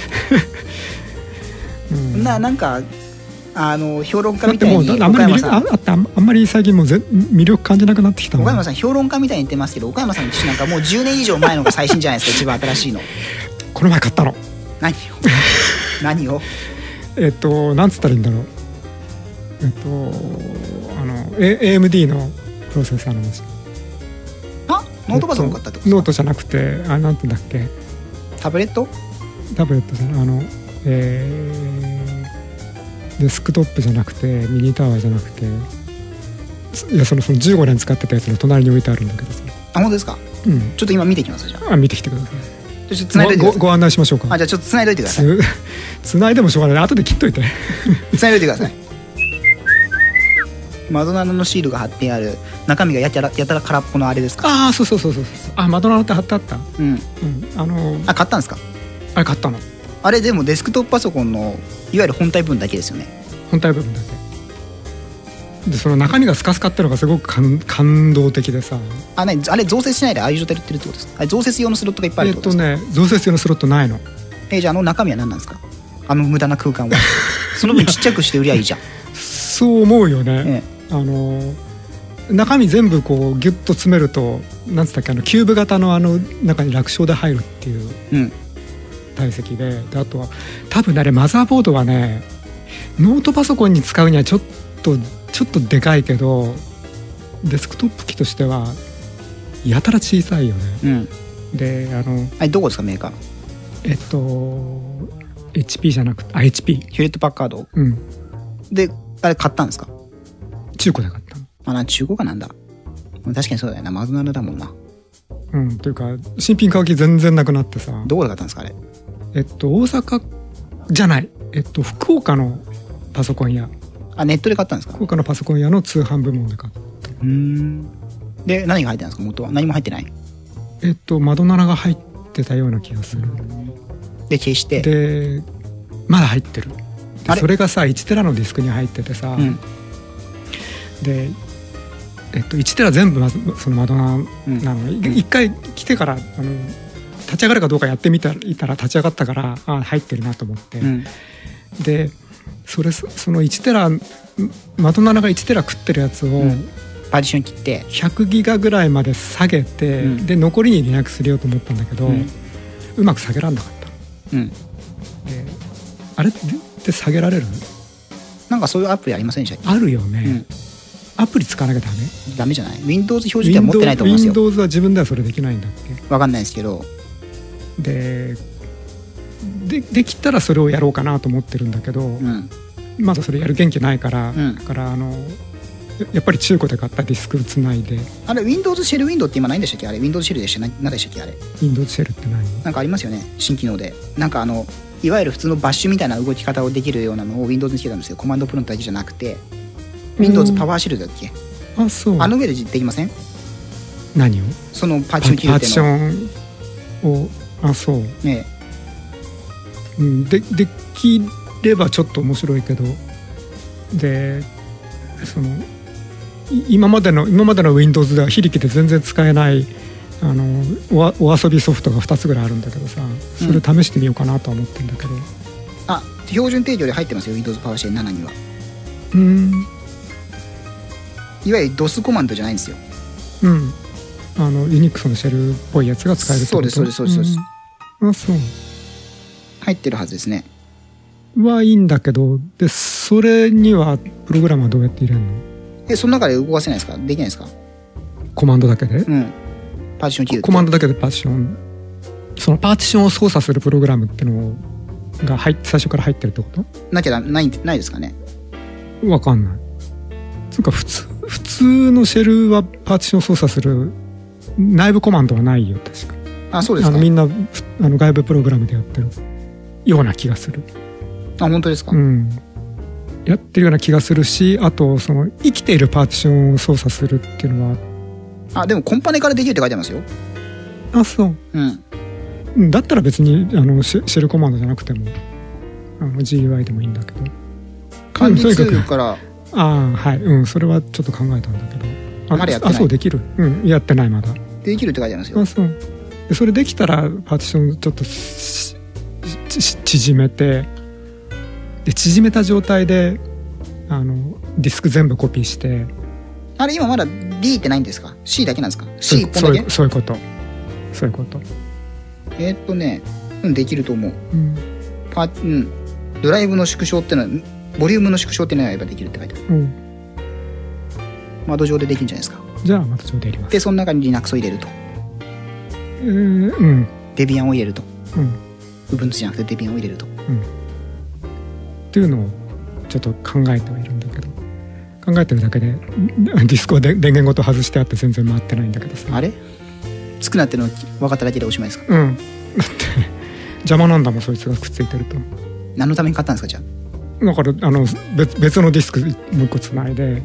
なんか評論家みたいに岡山さんあんまり最近もう魅力感じなくなってきた。 岡山さん評論家みたいに言ってますけど、岡山さんの機種なんかもう10年以上前のが最新じゃないですか。一番新しいのこの前買ったの。 何をなんつったらいいんだろう。AMD のプロセッサーの話。 ノートパソコン買ったってこと？ ノートじゃなくてなんていうんだっけ、 タブレットじゃないデスクトップじゃなくてミニタワーじゃなくて、いやその15年使ってたやつの隣に置いてあるんだけどさ。 本当ですか？ちょっと今見てきます。じゃあ見てきてください。 ちょっと繋いでおいてください。 ご案内しましょうか。 じゃあちょっと繋いでおいてください。 繋いでもしょうがない。後で切っといて繋いでおいてください。窓棚のシールが貼ってある、中身がやたら空っぽのあれですか？ そう。窓棚って貼ってあった。 買ったんですか？ あれ買ったの。 あれでもデスクトップパソコンのいわゆる本体部分だけですよね。 本体部分だけで、その中身がスカスカってのがすごく感動的でさ。あれ増設しないでああいう状態で売ってるってことですか？増設用のスロットがいっぱいあるってことですか？ 増設用のスロットないの。 じゃあ中身は何なんですか？無駄な空間はその分ちっちゃくして売りゃいいじゃんそう思うよね。中身全部こうギュッと詰めると、なんつったっけ、キューブ型の中に楽勝で入るっていう体積で、あとは多分あれマザーボードはね、ノートパソコンに使うにはちょっとでかいけど、デスクトップ機としてはやたら小さいよね。でどこですかメーカー？HP じゃなくてHP ヒューレットパッカード。であれ買ったんですか？ 中古で買ったの。 中古かなんだ。確かにそうだよな、窓棚だもんな。 というか新品買う気全然なくなってさ。 どこで買ったんですかあれ？ 大阪じゃない、福岡のパソコン屋。 ネットで買ったんですか？ 福岡のパソコン屋の通販部門で買った。 で何が入ってたんですか？元は何も入ってない？ 窓棚が入ってたような気がする。 で消して、 でまだ入ってる。それがさ1テラのディスクに入っててさ、で1テラ全部その窓棚なの。一回来てから立ち上がるかどうかやってみたら立ち上がったから、入ってるなと思って、でその1テラ窓棚が1テラ食ってるやつを、 パーティション切って 100ギガぐらいまで下げて、で残りに連絡するようと思ったんだけど、うまく下げらんなかった。であれって下げられる？ なんかそういうアプリありませんでしたっけ？ あるよね。アプリ使わなきゃダメじゃない？ Windows 標準機は持ってないと思いますよ。 Windows は自分ではそれできないんだっけ？ 分かんないですけど、 できたらそれをやろうかなと思ってるんだけど、まだそれやる元気ないから、だからやっぱり中古で買ったディスクつないで。 あれ Windows シェルウィンドウって今ないんでしたっけ？あれ Windows シェルでした？何でしたっけあれ？ Windows シェルって何？ なんかありますよね、新機能で。なんかいわゆる普通のバッシュみたいな動き方をできるようなのを Windows につけたんですよ。コマンドプロントだけじゃなくて Windows パワーシェルだっけ？ あ、そう。 あの上でできません？ 何を？ そのパーティション切るっていうの。 パーティションを、あ、そうねえ、できればちょっと面白いけど、で今までの Windows では非力で全然使えないお遊びソフトが2つぐらいあるんだけどさ、それ試してみようかなとは思ってるんだけど、 あ、標準定常で入ってますよ Windows パワーシェル7には。いわゆる DOS コマンドじゃないんですよ。 Unix のシェルっぽいやつが使えるってこと？ そうです。 あ、そう。 入ってるはずですね。 はいいんだけど、でそれにはプログラムはどうやって入れるの？ その中で動かせないですか？できないですか？ コマンドだけで？ パーティション切る。 コマンドだけでパーティション、そのパーティションを操作するプログラムってのが最初から入ってるってこと？ ないですかね。 わかんない。つうか普通のシェルはパーティションを操作する内部コマンドはないよ確か。 あ、そうですか。 みんな外部プログラムでやってるような気がする。 あ、本当ですか？ やってるような気がするし、あとその生きているパーティションを操作するっていうのは、 あ、でもコンパネからできるって書いてますよ。 あ、そう。だったら別にシェルコマンドじゃなくてもGUI でもいいんだけど、 管理ツールから。 はい、それはちょっと考えたんだけど、 まだやってない。 そうできる。やってないまだ。 できるって書いてあるんですよ。 あ、そう。でそれできたらパーティションちょっと縮めて、で縮めた状態でディスク全部コピーして。 あれ今まだ D ってないんですか？ C だけなんですか？ C 一本だけ？そういうこと。できると思う。ドライブの縮小ってのは、ボリュームの縮小ってのはやればできるって書いてある。窓上でできるんじゃないですか。 じゃあ窓上でやります。 でその中に Linux を入れると。デビアンを入れると。Ubuntu じゃなくてデビアンを入れると。 っていうのをちょっと考えてはいるんだけど、考えてるだけでディスクは電源ごと外してあって全然回ってないんだけどさ。あれ少なってるの分かっただけでおしまいですか？ だって邪魔なんだもん、そいつがくっついてると。 何のために買ったんですか？じゃあだから別のディスクもう一個つないで、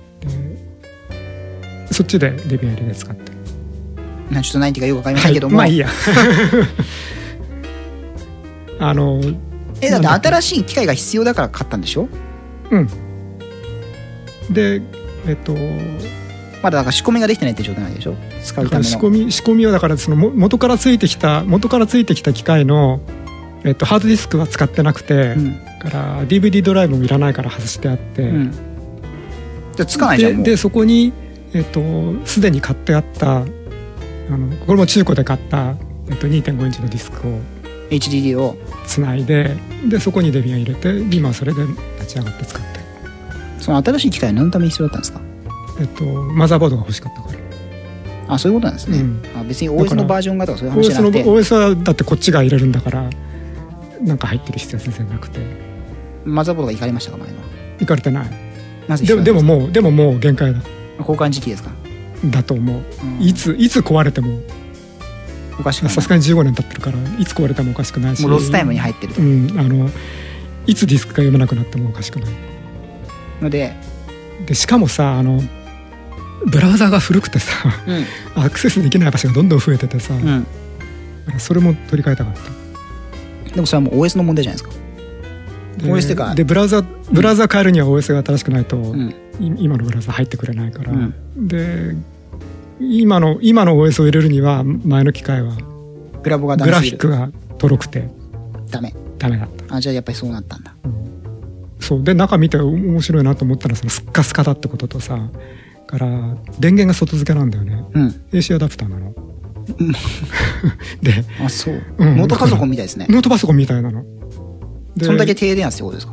そっちでデビアン入れで使ってる。 ちょっと何ていうかよく分かりませんけども、 まあいいやだって新しい機械が必要だから買ったんでしょ？ でまだだから仕込みができてないって状態なんでしょ？使うための仕込みはだからその元からついてきた機械のハードディスクは使ってなくて、から DVD ドライブもいらないから外してあって、 じゃつかないじゃん。 でそこにすでに買ってあったこれも中古で買った、2.5 インチのディスクを HDD をつないで、そこにデビアン入れて、今それで立ち上がって使ってる。 その新しい機械は何のために必要だったんですか？ マザーボードが欲しかったから。 あ、そういうことなんですね。別に OS のバージョンがとかそういう話じゃなくて、 OS はだってこっちが入れるんだから、なんか入ってる必要は全然なくて。 マザーボードがいかれましたか？前はいかれてない。 なぜでももう限界だ。 交換時期ですか？ だと思う。いつ壊れてもおかしくない。 さすがに15年経ってるから、いつ壊れてもおかしくないし、 もうロスタイムに入ってると。 いつディスクが読めなくなってもおかしくないので、 しかもさ、ブラウザが古くてさ、アクセスできない場所がどんどん増えててさ、それも取り替えたかった。 でもそれはもう OS の問題じゃないですか。OS ってかでブラウザ変えるには OS が新しくないと、今のブラウザ入ってくれないから、で今の OS を入れるには前の機械はグラフィックがとろくてダメだった。 じゃあやっぱりそうなったんだ。 そうで、中見て面白いなと思ったら、そのスッカスカだってこととさ、から電源が外付けなんだよね。AC アダプターなの。で、 あ、そう。ノートパソコンみたいですね。 ノートパソコンみたいなの。 そんだけ低電圧ってことですか？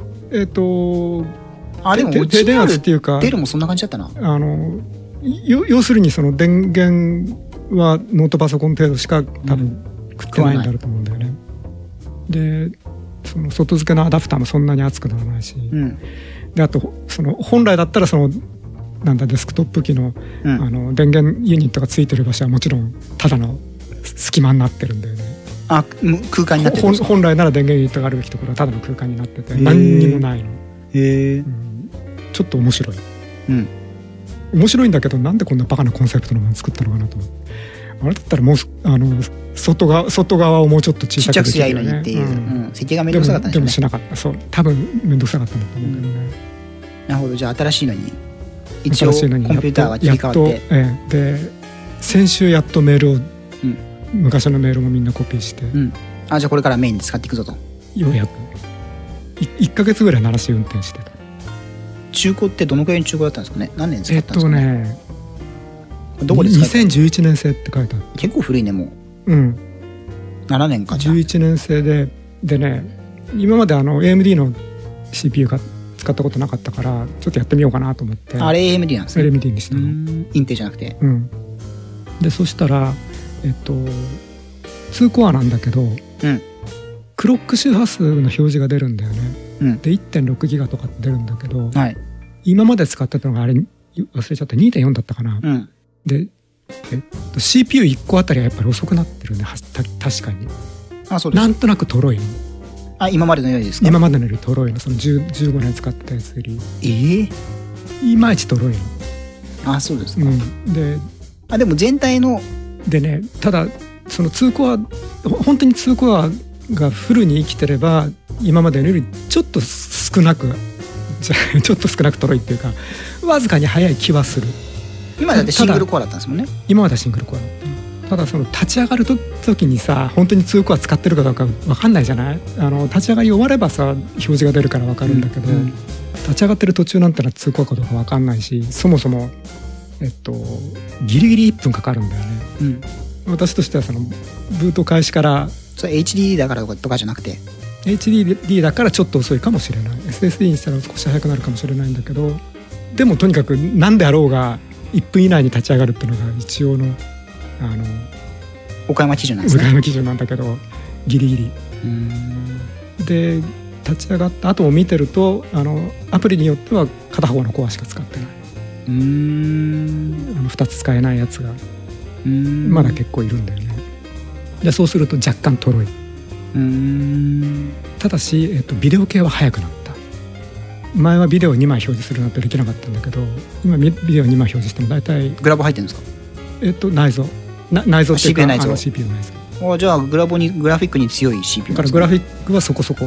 でも低電圧っていうか、 デルもそんな感じだったな。 要するにその電源はノートパソコン程度しか多分食ってないんだろうと思うんだよね。でその外付けのアダプターもそんなに熱くならないし、であとその本来だったらそのなんだデスクトップ機の、電源ユニットがついてる場所はもちろんただの隙間になってるんだよね。 空間になってるんですか？ 本来なら電源ユニットがあるべきところはただの空間になってて何にもないの。ちょっと面白い、面白いんだけど、なんでこんなバカなコンセプトのもの作ったのかなと思って。あれだったらもう外側をもうちょっと小さくできるよね。ちっちゃくすりゃいいのにっていう、設計がめんどくさかったんでしょうね。でもしなかった。そう多分めんどくさかったんだと思うけどね。 なるほど。じゃあ新しいのに一応コンピューターが切り替わって、 で先週やっとメールを、昔のメールもみんなコピーして、 じゃあこれからメインで使っていくぞと。 ようやく1ヶ月ぐらい鳴らし運転してた。 中古ってどのくらいの中古だったんですかね。何年使ったんですかね。どこで使った 2011年製って書いてある。 結構古いねもう。7年か。 11年製でね、今までAMD の CPU が使ったことなかったからちょっとやってみようかなと思って。 あれ AMD なんですね。 AMD にしたの。 インテじゃなくて。 でそしたら2コアなんだけど、クロック周波数の表示が出るんだよね。で 1.6 ギガとか出るんだけど、今まで使ってたのがあれ忘れちゃった 2.4 だったかな。で、CPU1 個あたりはやっぱり遅くなってるね。確かに。そうです。なんとなくとろいの。 今までのよりですか？ 今までのよりとろいの。その15年使ってたやつよりいまいちとろいの。そうですか。でも全体のでね、ただその2コア本当に2コアがフルに生きてれば今までよりちょっと少なくとろいっていうかわずかに早い気はする。 今だってシングルコアだったんですもんね。 今まではシングルコアだった。ただその立ち上がる時にさ、本当に2コア使ってるかどうか分かんないじゃない。立ち上がり終わればさ表示が出るから分かるんだけど、立ち上がってる途中なんてのは2コアかどうか分かんないし、そもそもギリギリ1分かかるんだよね。私としてはそのブート開始からそれ HDD だからとかじゃなくて HDD だからちょっと遅いかもしれない。 SSD にしたら少し早くなるかもしれないんだけど、でもとにかく何であろうが1分以内に立ち上がるっていうのが一応の岡山基準なんですね。 岡山基準なんだけどギリギリで立ち上がった後も見てるとアプリによっては片方のコアしか使ってない。2つ使えないやつがまだ結構いるんだよね。でそうすると若干とろい。ただし、ビデオ系は早くなった。前はビデオ2枚表示するなんてできなかったんだけど、今ビデオ2枚表示しても大体グラボ入ってるんですか？ 内蔵っていうか CPU 内蔵。じゃあグラフィックに強い CPU だからグラフィックはそこそこ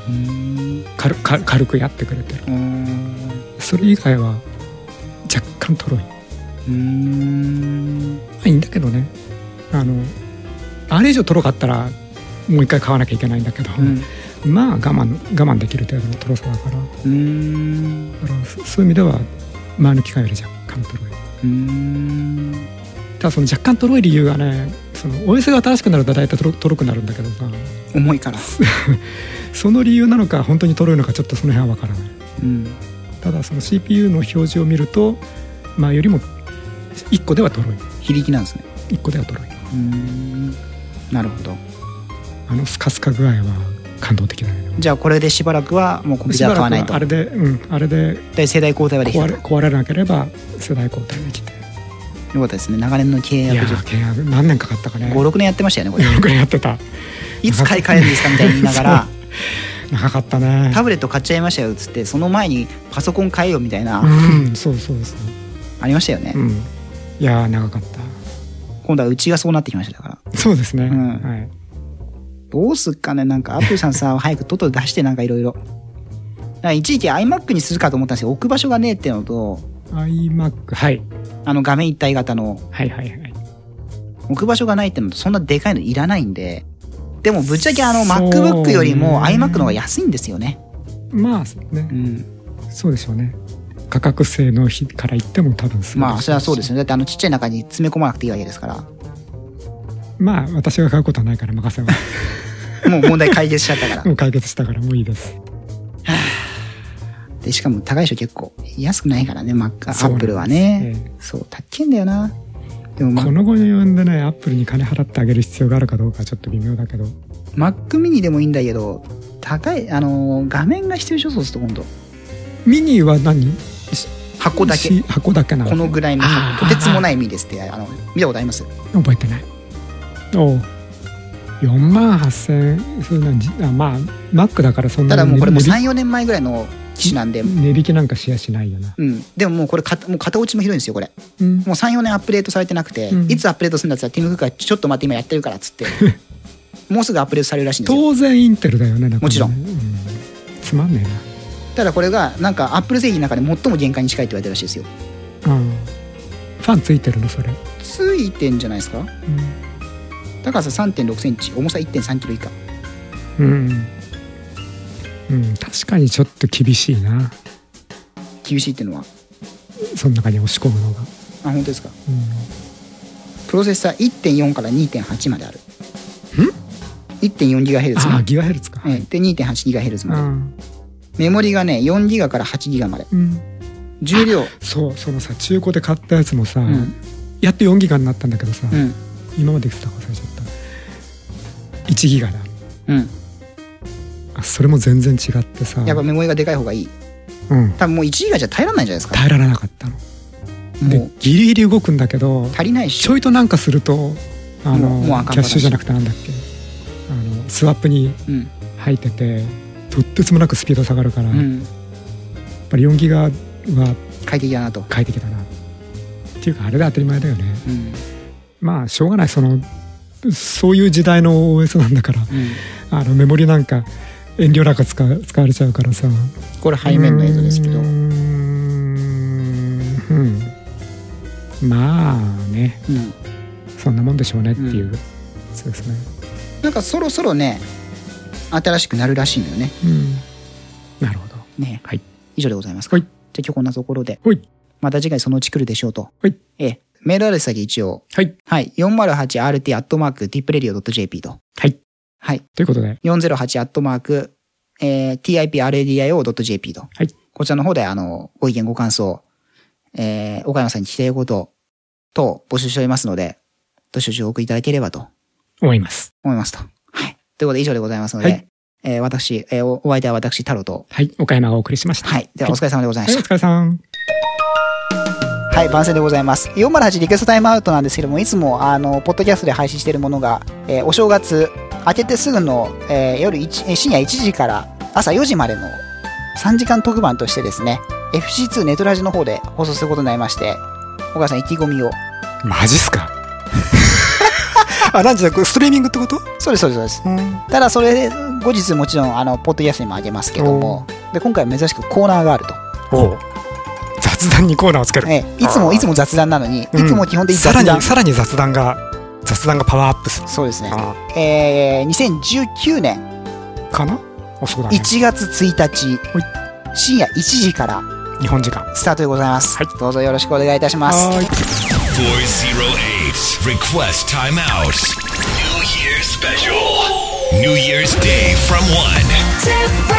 軽くやってくれてる。それ以外は若干とろい。いいんだけどね。あれ以上とろかったらもう一回買わなきゃいけないんだけど、まあ我慢できる程度のとろさだから。だからそういう意味では前の機械より若干とろい。ただその若干とろい理由がね、その OS が新しくなると大体とろくなるんだけどさ、 重いからその理由なのか本当にとろいのかちょっとその辺は分からない。ただその CPU の表示を見ると前よりも1個ではとろい。 非力なんですね。 1個ではとろい。 なるほど。 スカスカ具合は感動的だね。 じゃあこれでしばらくはもうコンピューター買わないと。 あれで世代交代はできたと。 壊れなければ世代交代できてよかったですね。長年の契約。 契約何年かかったかね。 5,6 年やってましたよね。これ 5,6 年やってた。 いつ買い替えるんですかみたいに言いながら長かったね。 タブレット買っちゃいましたよっつって、その前にパソコン買えよみたいな、 そうですね、 ありましたよね。 いや長かった。 今度はうちがそうなってきましたから。 そうですね、 どうすっかね。なんかアップルさんさ早くとっとと出して、なんかいろいろ。一時期 iMac にするかと思ったんですけど、置く場所がねえっていうのと iMac 画面一体型の置く場所がないっていうのと、そんなでかいのいらないんで。でもぶっちゃけMacBook よりも iMac の方が安いんですよね。 まあね、そうでしょうね。価格性の比から言っても多分それはそうですよね。だってちっちゃい中に詰め込まなくていいわけですから。 私が買うことはないから任せます。 もう問題解決しちゃったからもう解決したからもういいです。 でしかも高い人結構安くないからね、アップルはね。そう高いんだよな。 でもこの後に呼んでねアップルに金払ってあげる必要があるかどうかちょっと微妙だけど、 Mac mini でもいいんだけど高い画面が必要でしょ。そうすると今度ミニは何箱だけなの。 このぐらいのとてつもないミニですって見たことあります？ 覚えてない。お48,000円そうなんまあ Mac だからそんなに。 ただもうこれも 3,4 年前ぐらいの機種なんで値引きなんかしやしないよな。 でももうこれもう型落ちもひどいんですよこれ、もう 3,4 年アップデートされてなくて、いつアップデートするんだったらティム・クックがちょっと待って今やってるからっつってもうすぐアップデートされるらしいんですよ。 当然インテルだよね。 もちろん、 つまんねえな。 ただこれがなんかアップル製品の中で最も限界に近いって言われてるらしいですよ。 ファンついてるのそれ？ ついてんじゃないですか。高さ 3.6 センチ、重さ 1.3 キロ以下。 確かにちょっと厳しいな。 厳しいっていうのはその中に押し込むのが。 あ、本当ですか。プロセッサー 1.4 から 2.8 まである。1.4 ギガヘルツ。 ギガヘルツか。 で 2.8 ギガヘルツまで。メモリがね4ギガから8ギガまで。重量そのさ中古で買ったやつもさ、やっと4ギガになったんだけどさ、今までいくつだか忘れちゃった。1ギガだ。それも全然違ってさ、 やっぱメモリがでかい方がいい。多分もう1ギガじゃ耐えられないんじゃないですか。 耐えられなかったので、ギリギリ動くんだけど足りないし、 ちょいとなんかするともうキャッシュじゃなくてなんだっけ、スワップに入ってて、とってつもなくスピード下がるから、やっぱり4ギガは快適だなと。 快適だなっていうか、あれで当たり前だよね。まあしょうがない、そういう時代の OS なんだから、メモリなんか遠慮なく使われちゃうからさ。 これ背面の映像ですけど、 まあね、そんなもんでしょうねっていう、そうですね。 なんかそろそろね新しくなるらしいのよね。 なるほどね。 はい、 以上でございますか。じゃあ今日こんなところで、また次回そのうち来るでしょうと。メールアドレス先一応、408@tipradio.jp と。 ということで 408@tipradio.jp と。こちらの方でご意見ご感想、岡山さんに聞きたいこと等募集しておりますので、どしどしお送りいただければと思いますと。 ということで以上でございますので、お相手は私太郎と、 岡山がお送りしました。 ではお疲れ様でございました。 お疲れ様。 番宣でございます。408リクエストタイムアウトなんですけども、いつもポッドキャストで配信しているものが、お正月明けてすぐの、深夜1時から朝4時までの3時間特番としてですね、FC2 ネトラジの方で放送することになりまして、岡田さん意気込みを。 マジっすか？なんじゃストリーミングってこと？ そうです。ただそれで後日もちろんポッドキャストにもあげますけども、で今回は珍しくコーナーがあると。 雑談にコーナーをつける。 いつも雑談なのに、いつも基本的に雑談、 さらに雑談がパワーアップする。 そうですね。2019年かな、 1月1日深夜1時から日本時間スタートでございます。どうぞよろしくお願いいたします。 408 Request Time Out New Year Special New Year's Day from 1